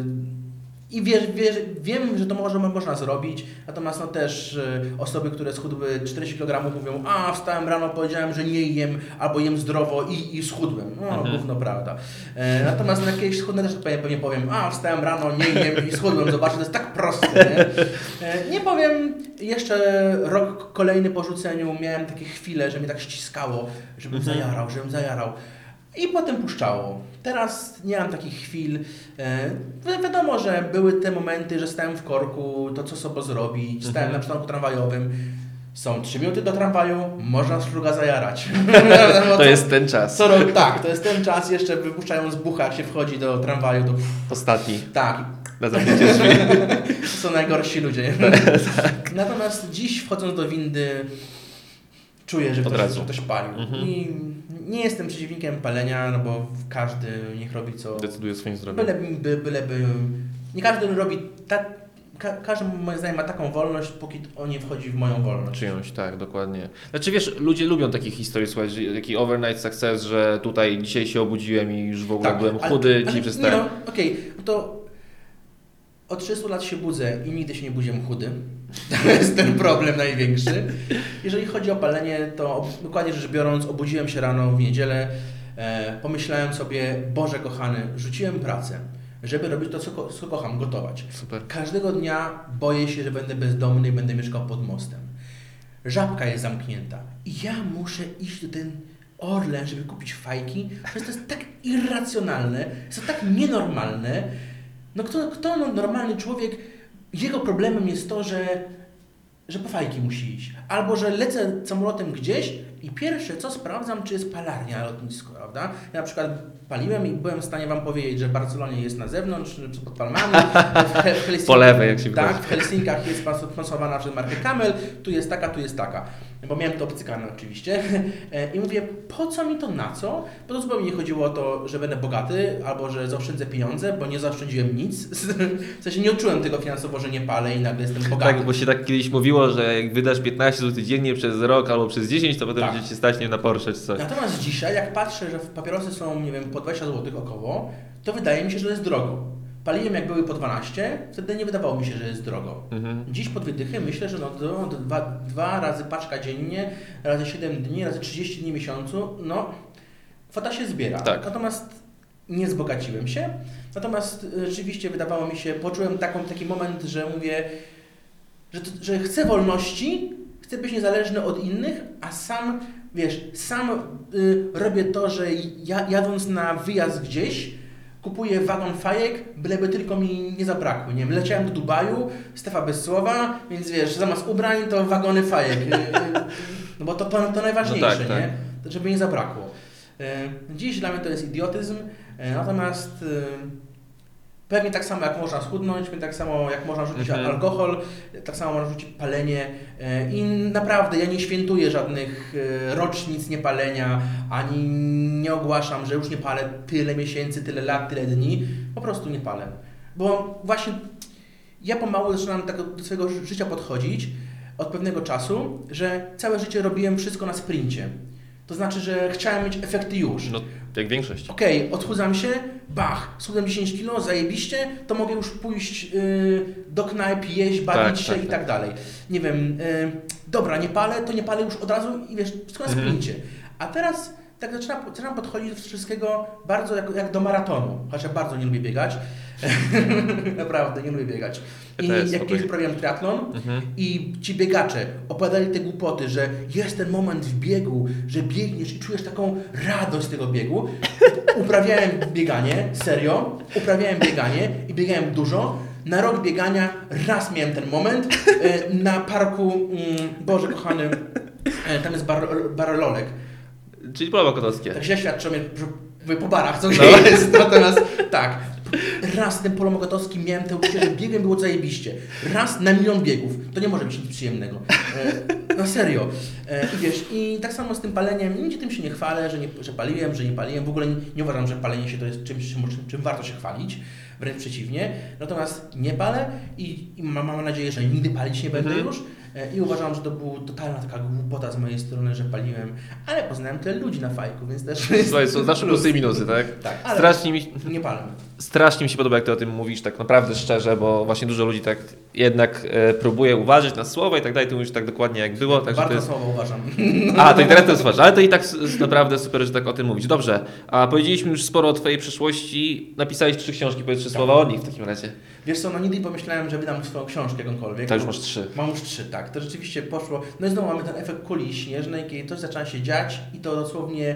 I wiem, że to można zrobić, natomiast też osoby, które schudły 40 kg mówią, wstałem rano, powiedziałem, że nie jem, albo jem zdrowo i schudłem. Gówno prawda. Natomiast na jakieś schudnę też pewnie powiem, wstałem rano, nie jem i schudłem. Zobaczcie, to jest tak proste. Nie powiem, jeszcze rok kolejny po rzuceniu miałem takie chwile, że mnie tak ściskało, żebym zajarał. I potem puszczało. Teraz nie mam takich chwil. Wiadomo, że były te momenty, że stałem w korku, to co sobie zrobić, stałem na przystanku tramwajowym. Są 3 minuty do tramwaju, można szluga zajarać. To jest ten czas. Tak, to jest ten czas, jeszcze wypuszczając bucha, jak się wchodzi do tramwaju. To... Ostatni. Tak. Na zamknięcie drzwi. To są najgorsi ludzie. Tak. Natomiast dziś wchodząc do windy czuję, że ktoś palił. I nie jestem przeciwnikiem palenia, bo każdy niech robi co... Decyduje o swoim zdrowiu. Byleby... Nie każdy robi... Każdy moim zdaniem ma taką wolność, póki on nie wchodzi w moją wolność. Czyjąś, tak, dokładnie. Znaczy wiesz, ludzie lubią takich historii, słuchaj, że taki overnight success, że tutaj dzisiaj się obudziłem i już w ogóle byłem chudy, dzisiaj przestałem. To od 30 lat się budzę i nigdy się nie budziłem chudy. To jest ten problem największy. Jeżeli chodzi o palenie, to dokładnie rzecz biorąc, obudziłem się rano w niedzielę, pomyślałem sobie, Boże kochany, rzuciłem pracę, żeby robić to, co kocham, gotować. Super. Każdego dnia boję się, że będę bezdomny i będę mieszkał pod mostem. Żabka jest zamknięta i ja muszę iść do ten Orlen, żeby kupić fajki, to jest tak irracjonalne, jest to tak nienormalne. No kto normalny człowiek, jego problemem jest to, że po fajki musi iść. Albo że lecę samolotem gdzieś i pierwsze co sprawdzam, czy jest palarnia na lotnisku, prawda? Ja na przykład paliłem i byłem w stanie wam powiedzieć, że w Barcelonie jest na zewnątrz, czy pod palmami. Po lewej, jak się tak, wychodzi. w Helsinkach jest sponsorowana przez markę Camel, tu jest taka. Bo miałem to obcykane oczywiście. I mówię, po co mi to, na co? Bo to zupełnie nie chodziło o to, że będę bogaty, albo że zaoszczędzę pieniądze, bo nie zaoszczędziłem nic. W sensie nie odczułem tego finansowo, że nie palę i nagle jestem bogaty. Tak, bo się tak kiedyś mówiło, że jak wydasz 15 zł dziennie przez rok albo przez 10, to potem będzie ci stać nie na Porsche czy coś. Natomiast dzisiaj, jak patrzę, że papierosy są, nie wiem, po 20 zł około, to wydaje mi się, że jest drogo. Paliłem jak były po 12, wtedy nie wydawało mi się, że jest drogo. Dziś po 2 dychy myślę, że dwa razy paczka dziennie, razy 7 dni, razy 30 dni w miesiącu, kwota się zbiera. Tak. Natomiast nie wzbogaciłem się. Natomiast rzeczywiście wydawało mi się, poczułem taki moment, że mówię, że chcę wolności, chcę być niezależny od innych, a sam robię to, że jadąc na wyjazd gdzieś, kupuję wagon fajek, byleby tylko mi nie zabrakło. Nie wiem, leciałem do Dubaju, Stefa bez słowa, więc zamiast ubrań to wagony fajek. No bo to najważniejsze, tak. nie? To żeby nie zabrakło. Dziś dla mnie to jest idiotyzm, natomiast pewnie tak samo jak można schudnąć, pewnie tak samo jak można rzucić alkohol, tak samo można rzucić palenie i naprawdę ja nie świętuję żadnych rocznic niepalenia, ani nie ogłaszam, że już nie palę tyle miesięcy, tyle lat, tyle dni, po prostu nie palę. Bo właśnie ja pomału zaczynam tak do swojego życia podchodzić od pewnego czasu, że całe życie robiłem wszystko na sprincie. To znaczy, że chciałem mieć efekty już. No, jak większość. Okej, odchudzam się, schudłem 10 kg, zajebiście, to mogę już pójść do knajp, jeść, bawić się i tak dalej. Nie wiem, dobra, nie palę, to nie palę już od razu i wszystko na sprincie. A teraz tak zaczynam podchodzić do wszystkiego bardzo jak do maratonu, chociaż ja bardzo nie lubię biegać. Naprawdę, nie lubię biegać. I jak kiedyś uprawiałem triatlon i ci biegacze opowiadali te głupoty, że jest ten moment w biegu, że biegniesz i czujesz taką radość z tego biegu. Uprawiałem bieganie, serio, i biegałem dużo. Na rok biegania raz miałem ten moment na parku, Boże kochany, tam jest bar Lolek. Czyli Pole Mokotowskie. Tak źle świadczą mnie po barach, co gdzie jest. Natomiast tak, raz w tym Polu Mokotowskim miałem te uczucie, że biegiem było zajebiście. Raz na 1 000 000 biegów. To nie może być nic przyjemnego. No serio. I tak samo z tym paleniem, nigdzie tym się nie chwalę, że paliłem, że nie paliłem. W ogóle nie uważam, że palenie się to jest czymś, czym warto się chwalić. Wręcz przeciwnie. Natomiast nie palę i mam nadzieję, że nigdy palić nie będę już. I uważam, że to była totalna taka głupota z mojej strony, że paliłem, ale poznałem tyle ludzi na fajku, więc też... Słuchaj, są zawsze plusy i minusy, tak? Tak, ale nie palę. Strasznie mi się podoba, jak ty o tym mówisz, tak naprawdę szczerze, bo właśnie dużo ludzi tak jednak próbuje uważać na słowa i tak dalej, ty mówisz tak dokładnie jak było. Tak, bardzo to jest... słowo uważam. A, to internet to jest ważne, ale to i tak naprawdę super, że tak o tym mówić. Dobrze, a powiedzieliśmy już sporo o twojej przeszłości, napisałeś 3 książki, powiedz 3 słowa o nich w takim razie. Wiesz co, nigdy pomyślałem, że wydam swoją książkę jakąkolwiek. Tak, już masz 3. Mam już 3, tak. To rzeczywiście poszło. No i znowu mamy ten efekt kuli śnieżnej, kiedy coś zaczyna się dziać i to dosłownie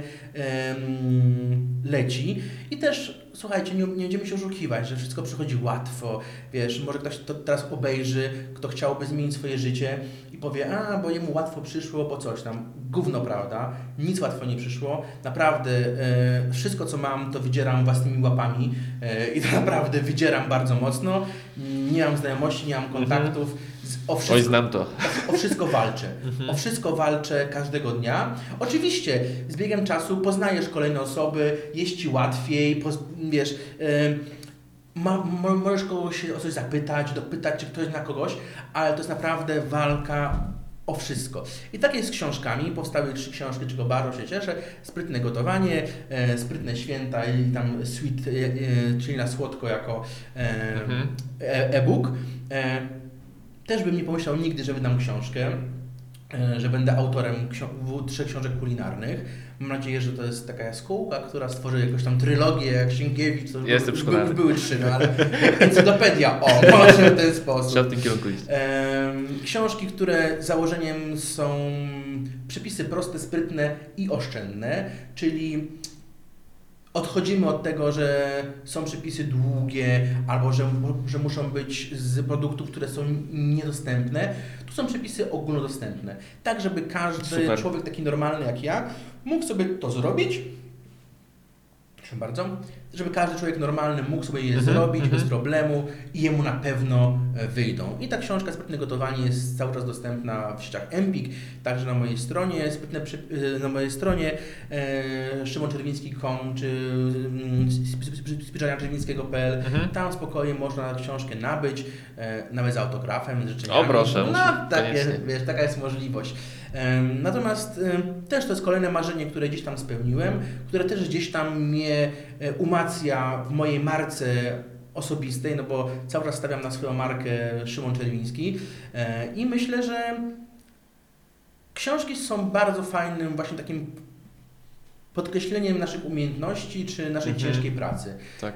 leci. I też, słuchajcie, nie będziemy się oszukiwać, że wszystko przychodzi łatwo. Wiesz, może ktoś to teraz obejrzy, kto chciałby zmienić swoje życie i powie, bo jemu łatwo przyszło, bo coś tam. Gówno, prawda? Nic łatwo nie przyszło. Naprawdę wszystko, co mam, to wydzieram własnymi łapami i to naprawdę wydzieram bardzo mocno. Nie mam znajomości, nie mam kontaktów. Oj, znam to. O wszystko walczę. O wszystko walczę każdego dnia. Oczywiście z biegiem czasu poznajesz kolejne osoby, jest ci łatwiej, wiesz, możesz kogoś o coś zapytać, dopytać, czy ktoś zna kogoś, ale to jest naprawdę walka o wszystko. I tak jest z książkami. Powstały 3 książki, czego bardzo się cieszę. Sprytne gotowanie, sprytne święta i tam sweet, czyli na słodko jako e-book. Też bym nie pomyślał nigdy, że wydam książkę, że będę autorem 3 książek kulinarnych. Mam nadzieję, że to jest taka jaskółka, która stworzy jakąś tam trylogię, jak Sienkiewicz. To już były 3, no ale encyklopedia, może w ten sposób. Trzeba w tym kierunku iść. Książki, które założeniem są przepisy proste, sprytne i oszczędne, czyli odchodzimy od tego, że są przepisy długie albo że muszą być z produktów, które są niedostępne. Tu są przepisy ogólnodostępne, tak żeby każdy człowiek taki normalny jak ja mógł sobie to zrobić. Proszę bardzo. Żeby każdy człowiek normalny mógł sobie je zrobić bez problemu i jemu na pewno wyjdą. I ta książka Sprytne gotowanie jest cały czas dostępna w sieciach Empik, także na mojej stronie, na mojej stronie szymonczerwiński.com czy spiżarniaczerwińskiego.pl. Tam spokojnie można książkę nabyć, nawet z autografem, z życzeniami. O proszę, taka jest możliwość. Natomiast też to jest kolejne marzenie, które gdzieś tam spełniłem, które też gdzieś tam mnie umacnia w mojej marce osobistej, no bo cały czas stawiam na swoją markę Szymon Czerwiński i myślę, że książki są bardzo fajnym właśnie takim podkreśleniem naszych umiejętności czy naszej ciężkiej pracy. Tak.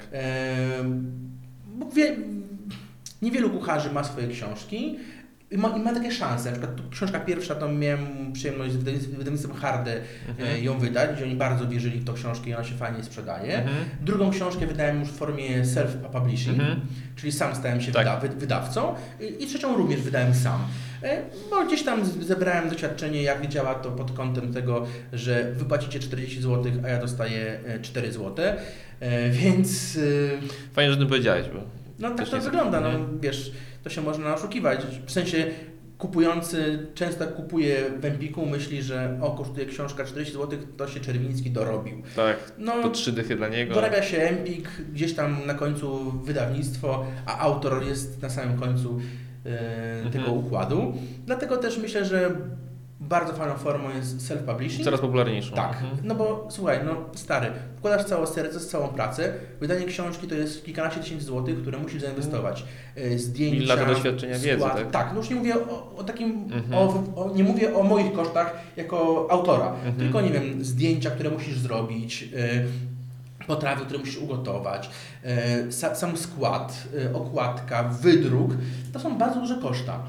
Bo niewielu kucharzy ma swoje książki. I ma takie szanse. Na przykład książka pierwsza, to miałem przyjemność z wydawnictwem Harde ją wydać, gdzie oni bardzo wierzyli w tą książkę i ona się fajnie sprzedaje. Drugą książkę wydałem już w formie self-publishing, czyli sam stałem się wydawcą. I trzecią również wydałem sam. Bo gdzieś tam zebrałem doświadczenie, jak działa to pod kątem tego, że wypłacicie 40 zł, a ja dostaję 4 zł. Więc... Fajnie, że o tym powiedziałeś, bo... No tak to wygląda, no wiesz, to się można oszukiwać. W sensie kupujący często jak kupuje w Empiku, myśli, że kosztuje książka 40 zł, to się Czerwiński dorobił. Tak, to 3 dychy dla niego. Dorabia się Empik, gdzieś tam na końcu wydawnictwo, a autor jest na samym końcu tego układu. Dlatego też myślę, że bardzo fajną formą jest self-publishing. Coraz popularniejszą. Tak, no bo słuchaj, no stary, wkładasz całe serce, całą pracę, wydanie książki to jest kilkanaście tysięcy złotych, które musisz zainwestować. Zdjęcia, i lata doświadczenia, wiedzy, tak? Tak, no już nie mówię o takim, nie mówię o moich kosztach jako autora, tylko nie wiem, zdjęcia, które musisz zrobić, potrawy, które musisz ugotować, sam skład, okładka, wydruk, to są bardzo duże koszta.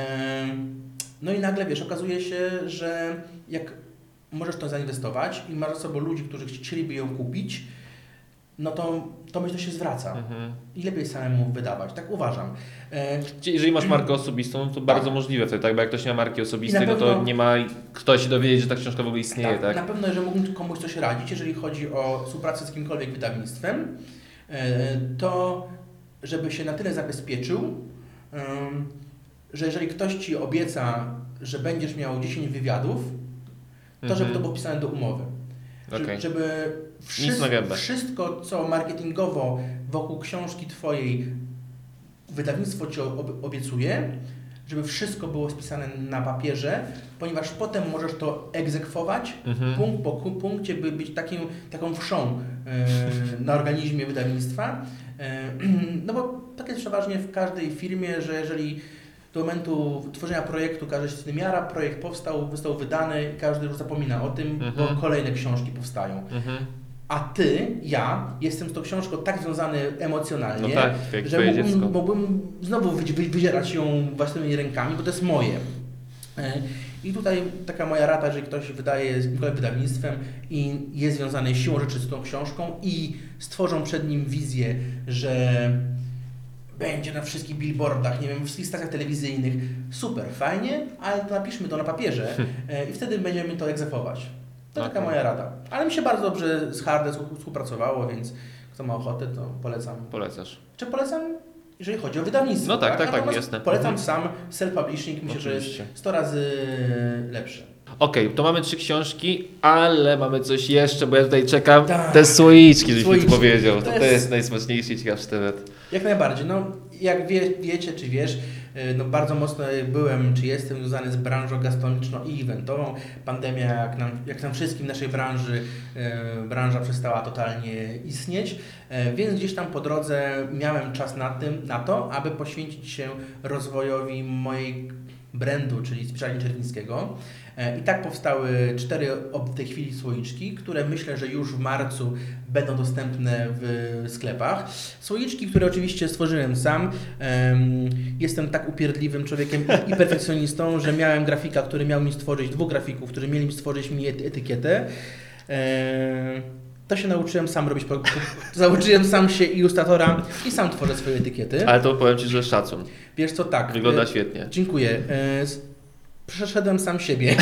No i nagle, wiesz, okazuje się, że jak możesz to zainwestować i masz za sobą ludzi, którzy chcieliby ją kupić, no to myślę, że się zwraca. I lepiej samemu wydawać, tak uważam. Jeżeli masz markę osobistą, to bardzo możliwe wtedy, tak? Bo jak ktoś nie ma marki osobistej, no to nie ma kto się dowiedzieć, że ta książka w ogóle istnieje, tak? Na pewno, jeżeli mógłbym komuś coś radzić, jeżeli chodzi o współpracę z jakimkolwiek wydawnictwem, to żeby się na tyle zabezpieczył, że jeżeli ktoś Ci obieca, że będziesz miał 10 wywiadów, to żeby to było wpisane do umowy. Żeby wszystko, co marketingowo wokół książki Twojej wydawnictwo Ci obiecuje, żeby wszystko było spisane na papierze, ponieważ potem możesz to egzekwować punkt po punkcie, by być taką wszą na organizmie wydawnictwa. No bo tak jest przeważnie w każdej firmie, że jeżeli do momentu tworzenia projektu każdy się z tym jara, projekt powstał, został wydany i każdy już zapomina o tym, bo kolejne książki powstają. A ja jestem z tą książką tak związany emocjonalnie, że mógłbym znowu wydzierać ją własnymi rękami, bo to jest moje. I tutaj taka moja rada, jeżeli ktoś wydaje z jakimkolwiek wydawnictwem i jest związany siłą rzeczy z tą książką i stworzą przed nim wizję, że będzie na wszystkich billboardach, nie wiem, wszystkich stacjach telewizyjnych. Super, fajnie, ale to napiszmy to na papierze i wtedy będziemy to egzekwować. To taka moja rada. Ale mi się bardzo dobrze z Harde współpracowało, więc kto ma ochotę, to polecam. Polecasz. Czy polecam, jeżeli chodzi o wydawnictwo? No tak, jasne. Polecam sam self-publishing, myślę, że jest 100 razy lepszy. Okej, to mamy 3 książki, ale mamy coś jeszcze, bo ja tutaj czekam. Te słoiczki, żebyś mi powiedział. To jest najsmaczniejszy i ciekawszy temat. Jak najbardziej. No, jak wiecie, czy wiesz, no bardzo mocno byłem, czy jestem związany z branżą gastronomiczną i eventową. Pandemia, jak nam wszystkim w naszej branży, branża przestała totalnie istnieć, więc gdzieś tam po drodze miałem czas na to, aby poświęcić się rozwojowi mojej brandu, czyli Spiżarni Czerwińskiego. I tak powstały 4 w tej chwili słoiczki, które myślę, że już w marcu będą dostępne w sklepach. Słoiczki, które oczywiście stworzyłem sam. Jestem tak upierdliwym człowiekiem i perfekcjonistą, że miałem grafika, który miał mi stworzyć, 2 grafików, którzy mieli mi stworzyć mi etykietę. To się nauczyłem sam robić, zauczyłem sam się ilustratora i sam tworzę swoje etykiety. Ale to powiem Ci, że szacun. Wiesz co, tak. Wygląda świetnie. Dziękuję. Przeszedłem sam siebie.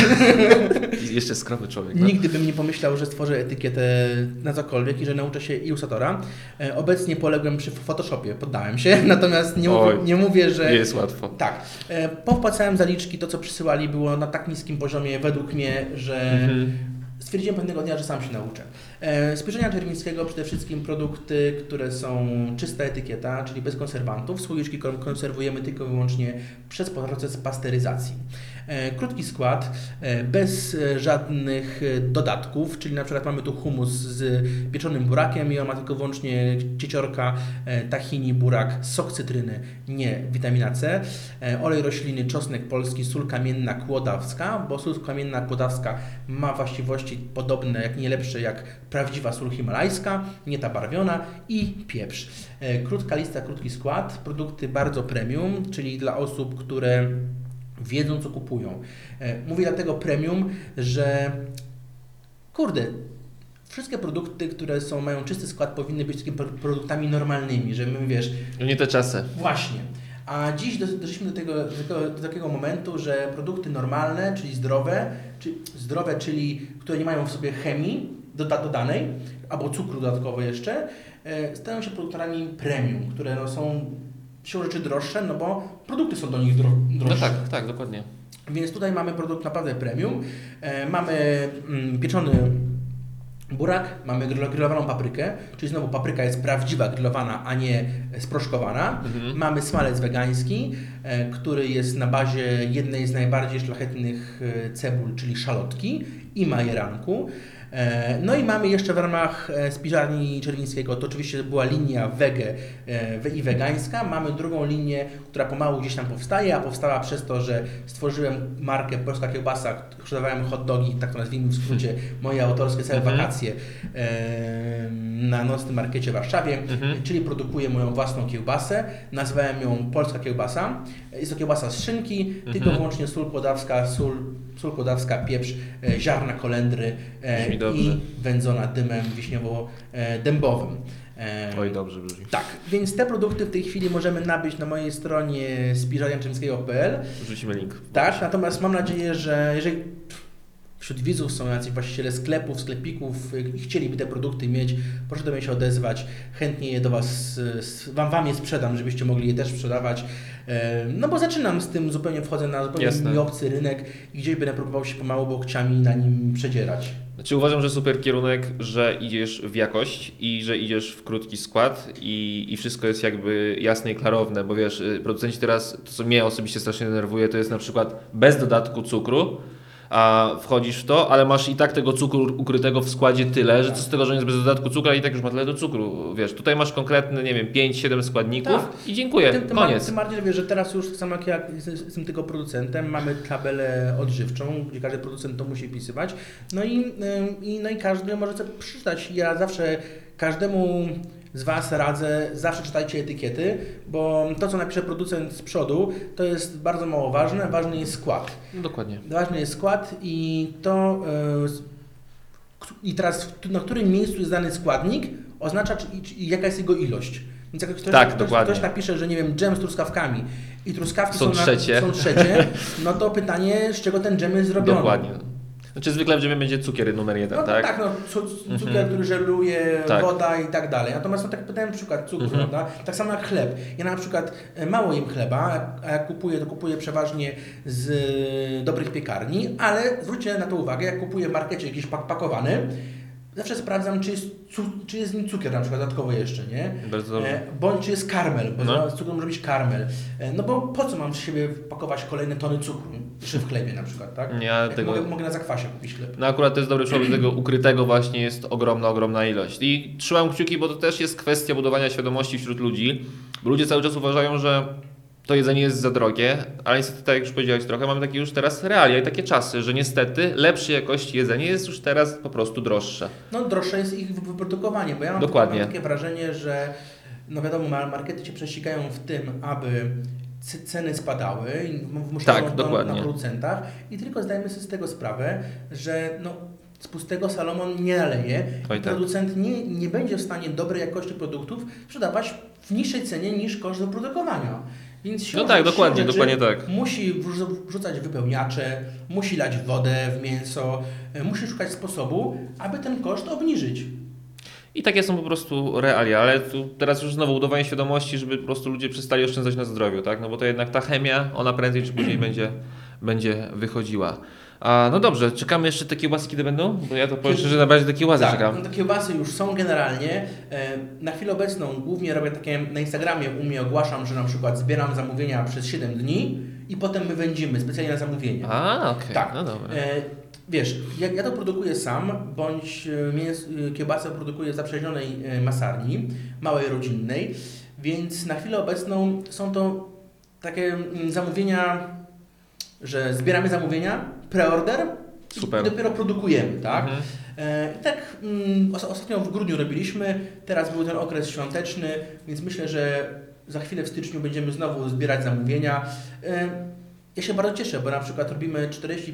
I jeszcze skromny człowiek. No? Nigdy bym nie pomyślał, że stworzę etykietę na cokolwiek i że nauczę się ilustratora. Obecnie poległem przy Photoshopie, poddałem się, natomiast nie mówię, że... Nie jest łatwo. Tak. Powpłacałem zaliczki, to co przysyłali było na tak niskim poziomie według mnie, że stwierdziłem pewnego dnia, że sam się nauczę. Spojrzenia Czerwińskiego przede wszystkim produkty, które są czysta etykieta, czyli bez konserwantów. Słoiczki konserwujemy tylko i wyłącznie przez proces pasteryzacji. Krótki skład, bez żadnych dodatków, czyli na przykład mamy tu hummus z pieczonym burakiem i on ma tylko wyłącznie cieciorka, tahini, burak, sok cytryny, nie witamina C, olej rośliny, czosnek polski, sól kamienna kłodawska, bo sól kamienna kłodawska ma właściwości podobne, jak nie lepsze, jak prawdziwa sól himalajska, nie ta barwiona, i pieprz. Krótka lista, krótki skład, produkty bardzo premium, czyli dla osób, które wiedzą, co kupują. Mówię dlatego premium, że kurde, wszystkie produkty, które mają czysty skład, powinny być takimi produktami normalnymi, że my, wiesz... Nie te czasy. Właśnie. A dziś doszliśmy do takiego momentu, że produkty normalne, czyli zdrowe, czyli które nie mają w sobie chemii dodanej, albo cukru dodatkowo jeszcze, stają się produktami premium, które są siłą rzeczy droższe, no bo produkty są do nich droższe. No tak, dokładnie. Więc tutaj mamy produkt naprawdę premium. Mamy pieczony burak, mamy grillowaną paprykę, czyli znowu papryka jest prawdziwa grillowana, a nie sproszkowana. Mamy smalec wegański, który jest na bazie jednej z najbardziej szlachetnych cebul, czyli szalotki i majeranku. No i mamy jeszcze w ramach spiżarni Czerwińskiego, to oczywiście była linia wege i wegańska. Mamy drugą linię, która pomału gdzieś tam powstaje, a powstała przez to, że stworzyłem markę Polska Kiełbasa, sprzedawałem hot dogi, tak to nazwijmy w skrócie, moje autorskie całe wakacje na nocnym markecie w Warszawie, czyli produkuję moją własną kiełbasę. Nazwałem ją Polska Kiełbasa. Jest to kiełbasa z szynki, tylko wyłącznie sól kłodawska, pieprz, ziarna kolendry i wędzona dymem wiśniowo-dębowym. Oj, dobrze brzmi. Tak, więc te produkty w tej chwili możemy nabyć na mojej stronie spiżarniaczerwińskiego.pl. Wrzucimy link. Tak, natomiast mam nadzieję, że jeżeli wśród widzów są jacyś właściciele sklepów, sklepików i chcieliby te produkty mieć, proszę do mnie się odezwać. Chętnie je do Wam je sprzedam, żebyście mogli je też sprzedawać. No bo zaczynam z tym, wchodzę na zupełnie mi obcy rynek i gdzieś będę próbował się pomału łokciami na nim przedzierać. Znaczy uważam, że super kierunek, że idziesz w jakość i że idziesz w krótki skład i wszystko jest jakby jasne i klarowne, bo wiesz, producenci teraz, to co mnie osobiście strasznie denerwuje, to jest na przykład bez dodatku cukru, a wchodzisz w to, ale masz i tak tego cukru ukrytego w składzie tyle, że co z tego, że on jest bez dodatku cukru, i tak już ma tyle do cukru, wiesz, tutaj masz konkretne, nie wiem, 5-7 składników i dziękuję, koniec. Tym bardziej, wiesz, że teraz już tak samo jak ja jestem tylko producentem, mamy tabelę odżywczą, gdzie każdy producent to musi wpisywać, no i każdy może sobie przeczytać. Ja zawsze każdemu z Was radzę, zawsze czytajcie etykiety, bo to, co napisze producent z przodu, to jest bardzo mało ważne, ważny jest skład. No, dokładnie. Ważny jest skład i to i teraz na którym miejscu jest dany składnik oznacza jaka jest jego ilość. Więc jak ktoś napisze, że nie wiem, dżem z truskawkami i truskawki są trzecie, no to pytanie, z czego ten dżem jest zrobiony. Dokładnie. Znaczy zwykle w dżemie będzie cukier numer 1, no, tak? Tak, cukier, który żeluje, woda i tak dalej. Natomiast tak pytałem przykład cukru, prawda? Tak samo jak chleb. Ja na przykład mało jem chleba, a jak kupuję, to kupuję przeważnie z dobrych piekarni, ale zwróćcie na to uwagę, jak kupuję w markecie jakiś pakowany, zawsze sprawdzam, czy jest w nim cukier na przykład dodatkowo jeszcze, nie? Bardzo dobrze. Bądź czy jest karmel, bo z cukrem może być karmel. No bo po co mam z siebie pakować kolejne tony cukru? Jeszcze w chlebie na przykład, tak? Mogę na zakwasie kupić chleb. No akurat to jest dobry przykład, tego ukrytego właśnie jest ogromna ilość. I trzymam kciuki, bo to też jest kwestia budowania świadomości wśród ludzi, bo ludzie cały czas uważają, że to jedzenie jest za drogie, ale niestety, tak jak już powiedziałeś trochę, mamy takie już teraz realia i takie czasy, że niestety lepszej jakości jedzenie jest już teraz po prostu droższe. No droższe jest ich wyprodukowanie, bo ja mam, Dokładnie. mam takie wrażenie, że no wiadomo, markety się prześcigają w tym, aby ceny spadały i wymuszają Tak, to dokładnie. na producentach i tylko zdajemy sobie z tego sprawę, że no, z pustego Salomon nie naleje Oj, i tak. producent nie będzie w stanie dobrej jakości produktów sprzedawać w niższej cenie niż koszt wyprodukowania. Więc siłą No tak, rzeczy dokładnie tak. Musi wrzucać wypełniacze, musi lać wodę w mięso, musi szukać sposobu, aby ten koszt obniżyć. I takie są po prostu realia, ale tu teraz już znowu udawanie świadomości, żeby po prostu ludzie przestali oszczędzać na zdrowiu, tak? No bo to jednak ta chemia, ona prędzej czy później będzie wychodziła. A, no dobrze, czekamy jeszcze te kiełbasy, kiedy będą? Bo ja to powiem szczerze, na razie te kiełbasy Tak, czekam. no te kiełbasy już są generalnie. Na chwilę obecną głównie robię takie, na Instagramie u mnie ogłaszam, że na przykład zbieram zamówienia przez 7 dni i potem my wędzimy specjalnie na zamówienie. A, okej, Tak. no dobra. Wiesz, ja to produkuję sam, bądź kiełbasę produkuję w zaprzyjaźnionej masarni, małej, rodzinnej, więc na chwilę obecną są to takie zamówienia, że zbieramy zamówienia, preorder Super. i dopiero produkujemy, tak? Mhm. I tak ostatnio w grudniu robiliśmy, teraz był ten okres świąteczny, więc myślę, że za chwilę w styczniu będziemy znowu zbierać zamówienia. Ja się bardzo cieszę, bo na przykład robimy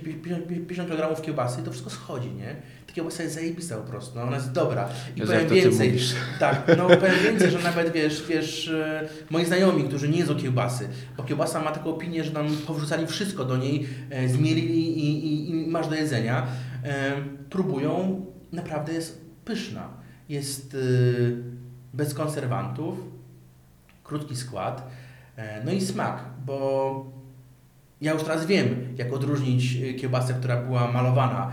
40-50 kg kiełbasy i to wszystko schodzi, nie? Ta kiełbasa jest zajebista po prostu, ona jest dobra. I Jezu, powiem jak to ty więcej, mówisz. tak, no powiem więcej, że nawet wiesz, moi znajomi, którzy nie jedzą kiełbasy, bo kiełbasa ma taką opinię, że nam powrzucali wszystko do niej, zmielili i masz do jedzenia, próbują, naprawdę jest pyszna. Jest bez konserwantów, krótki skład, no i smak, bo ja już teraz wiem, jak odróżnić kiełbasę, która była malowana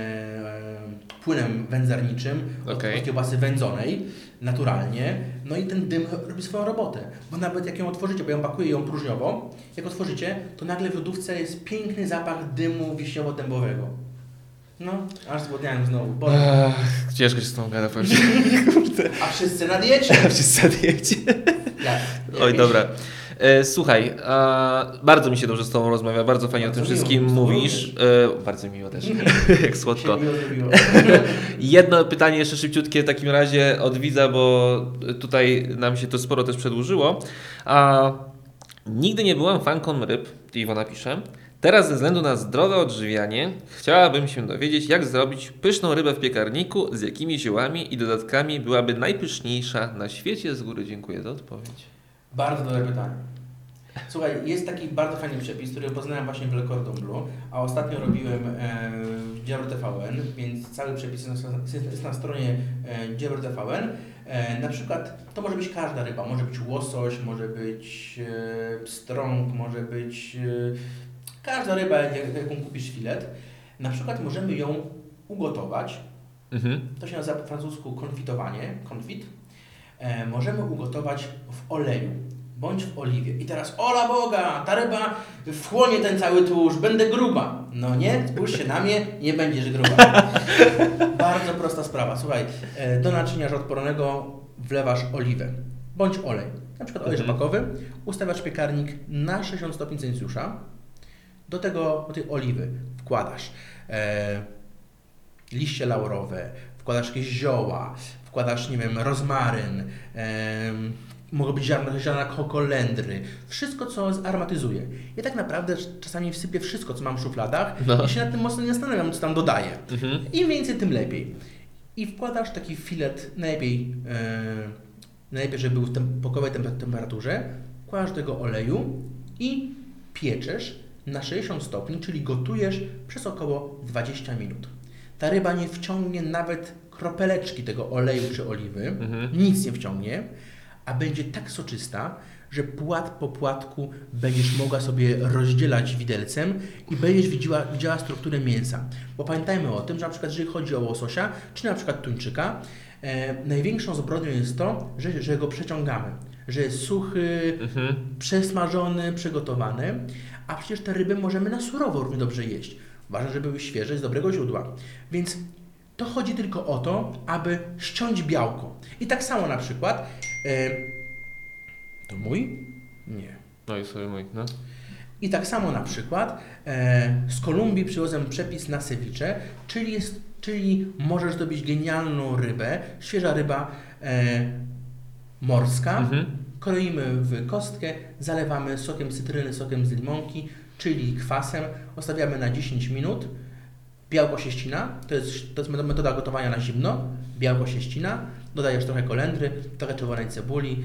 płynem wędzarniczym od kiełbasy wędzonej naturalnie. No i ten dym robi swoją robotę. Bo nawet jak ją otworzycie, bo ja pakuję ją próżniowo, jak otworzycie, to nagle w lodówce jest piękny zapach dymu wiśniowo-dębowego. No, aż zgłodniałem znowu. Ciężko się z tą gada powiedzieć. A wszyscy na diecie. Wszyscy na diecie. Jak Oj, dobra. Słuchaj, bardzo mi się dobrze z Tobą rozmawia, bardzo fajnie Bardzo o tym miło, wszystkim z tobą mówisz. Bardzo miło też, jak słodko. się miło zrobiło. Jedno pytanie jeszcze szybciutkie w takim razie od widza, bo tutaj nam się to sporo też przedłużyło. Nigdy nie byłam fanką ryb, Iwona pisze. Teraz ze względu na zdrowe odżywianie chciałabym się dowiedzieć, jak zrobić pyszną rybę w piekarniku, z jakimi ziołami i dodatkami byłaby najpyszniejsza na świecie. Z góry dziękuję za odpowiedź. Bardzo dobre pytanie. Słuchaj, jest taki bardzo fajny przepis, który poznałem właśnie w Le Cordon Bleu, a ostatnio robiłem w Dziabro TVN, więc cały przepis jest na stronie Dziabro TVN. Na przykład to może być każda ryba, może być łosoś, może być pstrąg, może być każda ryba, jaką kupisz filet. Na przykład możemy ją ugotować, to się nazywa po francusku konfitowanie, konfit. Możemy ugotować w oleju bądź w oliwie. I teraz, ola Boga, ta ryba wchłonie ten cały tłuszcz, będę gruba. No nie, spójrz się na mnie, nie będziesz gruba. Bardzo prosta sprawa. Słuchaj, do naczynia żołodpornego wlewasz oliwę bądź olej. Na przykład olej rzepakowy. Ustawiasz piekarnik na 60 stopni Celsjusza. Do tej oliwy wkładasz liście laurowe, wkładasz jakieś zioła, wkładasz, nie wiem, rozmaryn, mogą być ziarna kolendry, wszystko, co zaromatyzuje. Ja tak naprawdę czasami wsypię wszystko, co mam w szufladach i się nad tym mocno nie zastanawiam, co tam dodaję. Im więcej, tym lepiej. I wkładasz taki filet, najlepiej żeby był w pokojowej temperaturze, wkładasz do tego oleju i pieczesz na 60 stopni, czyli gotujesz przez około 20 minut. Ta ryba nie wciągnie nawet kropeleczki tego oleju czy oliwy, nic nie wciągnie, a będzie tak soczysta, że płat po płatku będziesz mogła sobie rozdzielać widelcem i będziesz widziała strukturę mięsa. Bo pamiętajmy o tym, że na przykład jeżeli chodzi o łososia, czy na przykład tuńczyka, największą zbrodnią jest to, że go przeciągamy, że jest suchy, przesmażony, przygotowany, a przecież te ryby możemy na surowo równie dobrze jeść. Ważne, żeby były świeże z dobrego źródła. Więc to chodzi tylko o to, aby ściąć białko. I tak samo na przykład... to mój? Nie. Oj, sobie mój, no. I tak samo na przykład z Kolumbii przywiozłem przepis na ceviche, czyli możesz zrobić genialną rybę, świeża ryba morska, kroimy w kostkę, zalewamy sokiem cytryny, sokiem z limonki, czyli kwasem, zostawiamy na 10 minut, białko się ścina, to jest metoda gotowania na zimno, białko się ścina, dodajesz trochę kolendry, trochę czerwonej cebuli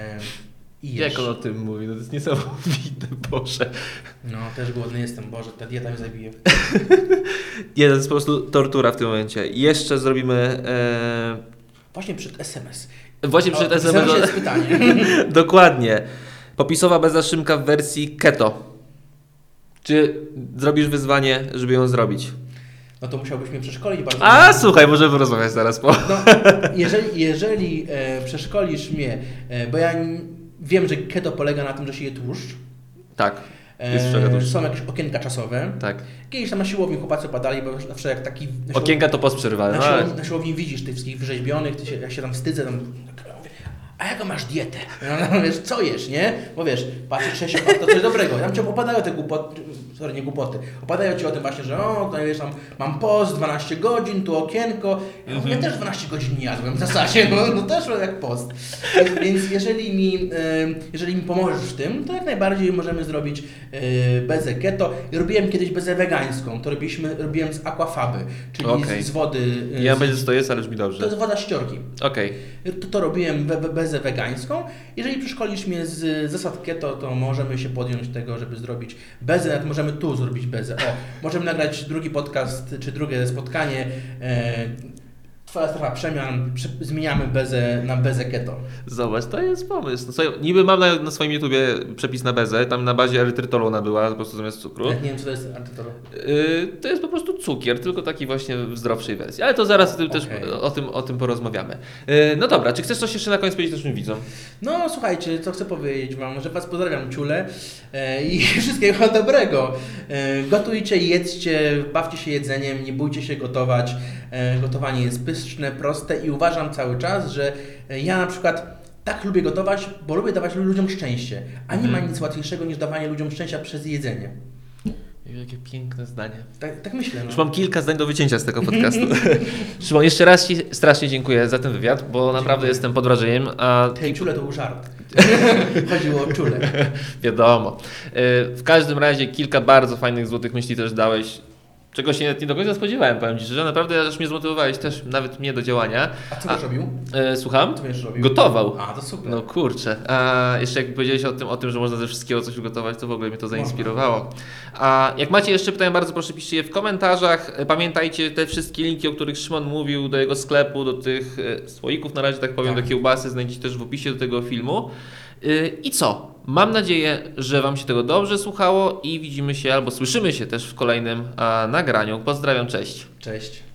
i jesz. Jak on o tym mówi? No to jest niesamowite, Boże. No, też głodny jestem, Boże, ta dieta mnie zabije. Nie, to jest po prostu tortura w tym momencie. Jeszcze zrobimy... Właśnie przed SMS. Właśnie przed SMS jest pytanie. Dokładnie. Popisowa beza szynka w wersji keto. Czy zrobisz wyzwanie, żeby ją zrobić? No to musiałbyś mnie przeszkolić bardzo. Słuchaj, możemy porozmawiać zaraz po... No, jeżeli przeszkolisz mnie, bo ja wiem, że keto polega na tym, że się je tłuszcz. Tak. Jest tłuszcz. Są jakieś okienka czasowe. Tak. Kiedyś tam na siłowni chłopacy padali, bo zawsze jak taki... Okienka to posprzerywalne. Na siłowni widzisz tych wszystkich wyrzeźbionych, ja się tam wstydzę, tam mówię, a jaką masz dietę? No, wiesz, co jesz, nie? Bo wiesz, patrzysz 6 to coś dobrego. Tam cię opadają te głupoty, nie głupoty, opadają ci o tym właśnie, że to wiesz, tam mam post, 12 godzin, tu okienko. Ja też 12 godzin nie jadłem w zasadzie, no też jak post. Więc jeżeli mi pomożesz w tym, to jak najbardziej możemy zrobić bezę keto. Robiłem kiedyś bezę wegańską, to robiłem z aquafaby, czyli z wody. Ja będzie co to jest, ale brzmi dobrze. To jest woda z ściorki. Okej. To robiłem bezę wegańską. Jeżeli przeszkolisz mnie z zasad keto, to możemy się podjąć tego, żeby zrobić bezę. Nawet możemy tu zrobić bezę. Możemy nagrać drugi podcast, czy drugie spotkanie. Twoja strefa przemian, zmieniamy bezę na bezę keto. Zobacz, to jest pomysł. No, słuchaj, niby mam na swoim YouTubie przepis na bezę, tam na bazie erytrytolu ona była, po prostu zamiast cukru. Ja nie wiem, co to jest erytrytol. To jest po prostu cukier, tylko taki właśnie w zdrowszej wersji. Ale to zaraz też o tym porozmawiamy. No dobra, czy chcesz coś jeszcze na koniec powiedzieć naszym widzom? No słuchajcie, co chcę powiedzieć Wam, że Was pozdrawiam ciule i wszystkiego dobrego. Gotujcie, jedzcie, bawcie się jedzeniem, nie bójcie się gotować. Gotowanie jest pyszne, proste i uważam cały czas, że ja na przykład tak lubię gotować, bo lubię dawać ludziom szczęście, a nie ma nic łatwiejszego niż dawanie ludziom szczęścia przez jedzenie. Jakie piękne zdanie. Tak myślę. No. Już mam kilka zdań do wycięcia z tego podcastu. Szymon, jeszcze raz Ci strasznie dziękuję za ten wywiad, bo naprawdę jestem pod wrażeniem. Tej czule to był żart. Chodziło o czule. Wiadomo. W każdym razie kilka bardzo fajnych, złotych myśli też dałeś. Czego się nie do końca spodziewałem, powiem Ci, że naprawdę aż mnie zmotywowałeś też nawet mnie do działania. A co będziesz robił? Słucham? Co będziesz robił? Gotował. A, to super. No kurczę. A jeszcze jak powiedziałeś o tym, że można ze wszystkiego coś ugotować, to w ogóle mnie to zainspirowało. A jak macie jeszcze pytania, bardzo proszę piszcie je w komentarzach. Pamiętajcie te wszystkie linki, o których Szymon mówił, do jego sklepu, do tych słoików na razie, tak powiem, do kiełbasy, znajdziecie też w opisie do tego filmu. I co? Mam nadzieję, że Wam się tego dobrze słuchało i widzimy się albo słyszymy się też w kolejnym nagraniu. Pozdrawiam, cześć. Cześć.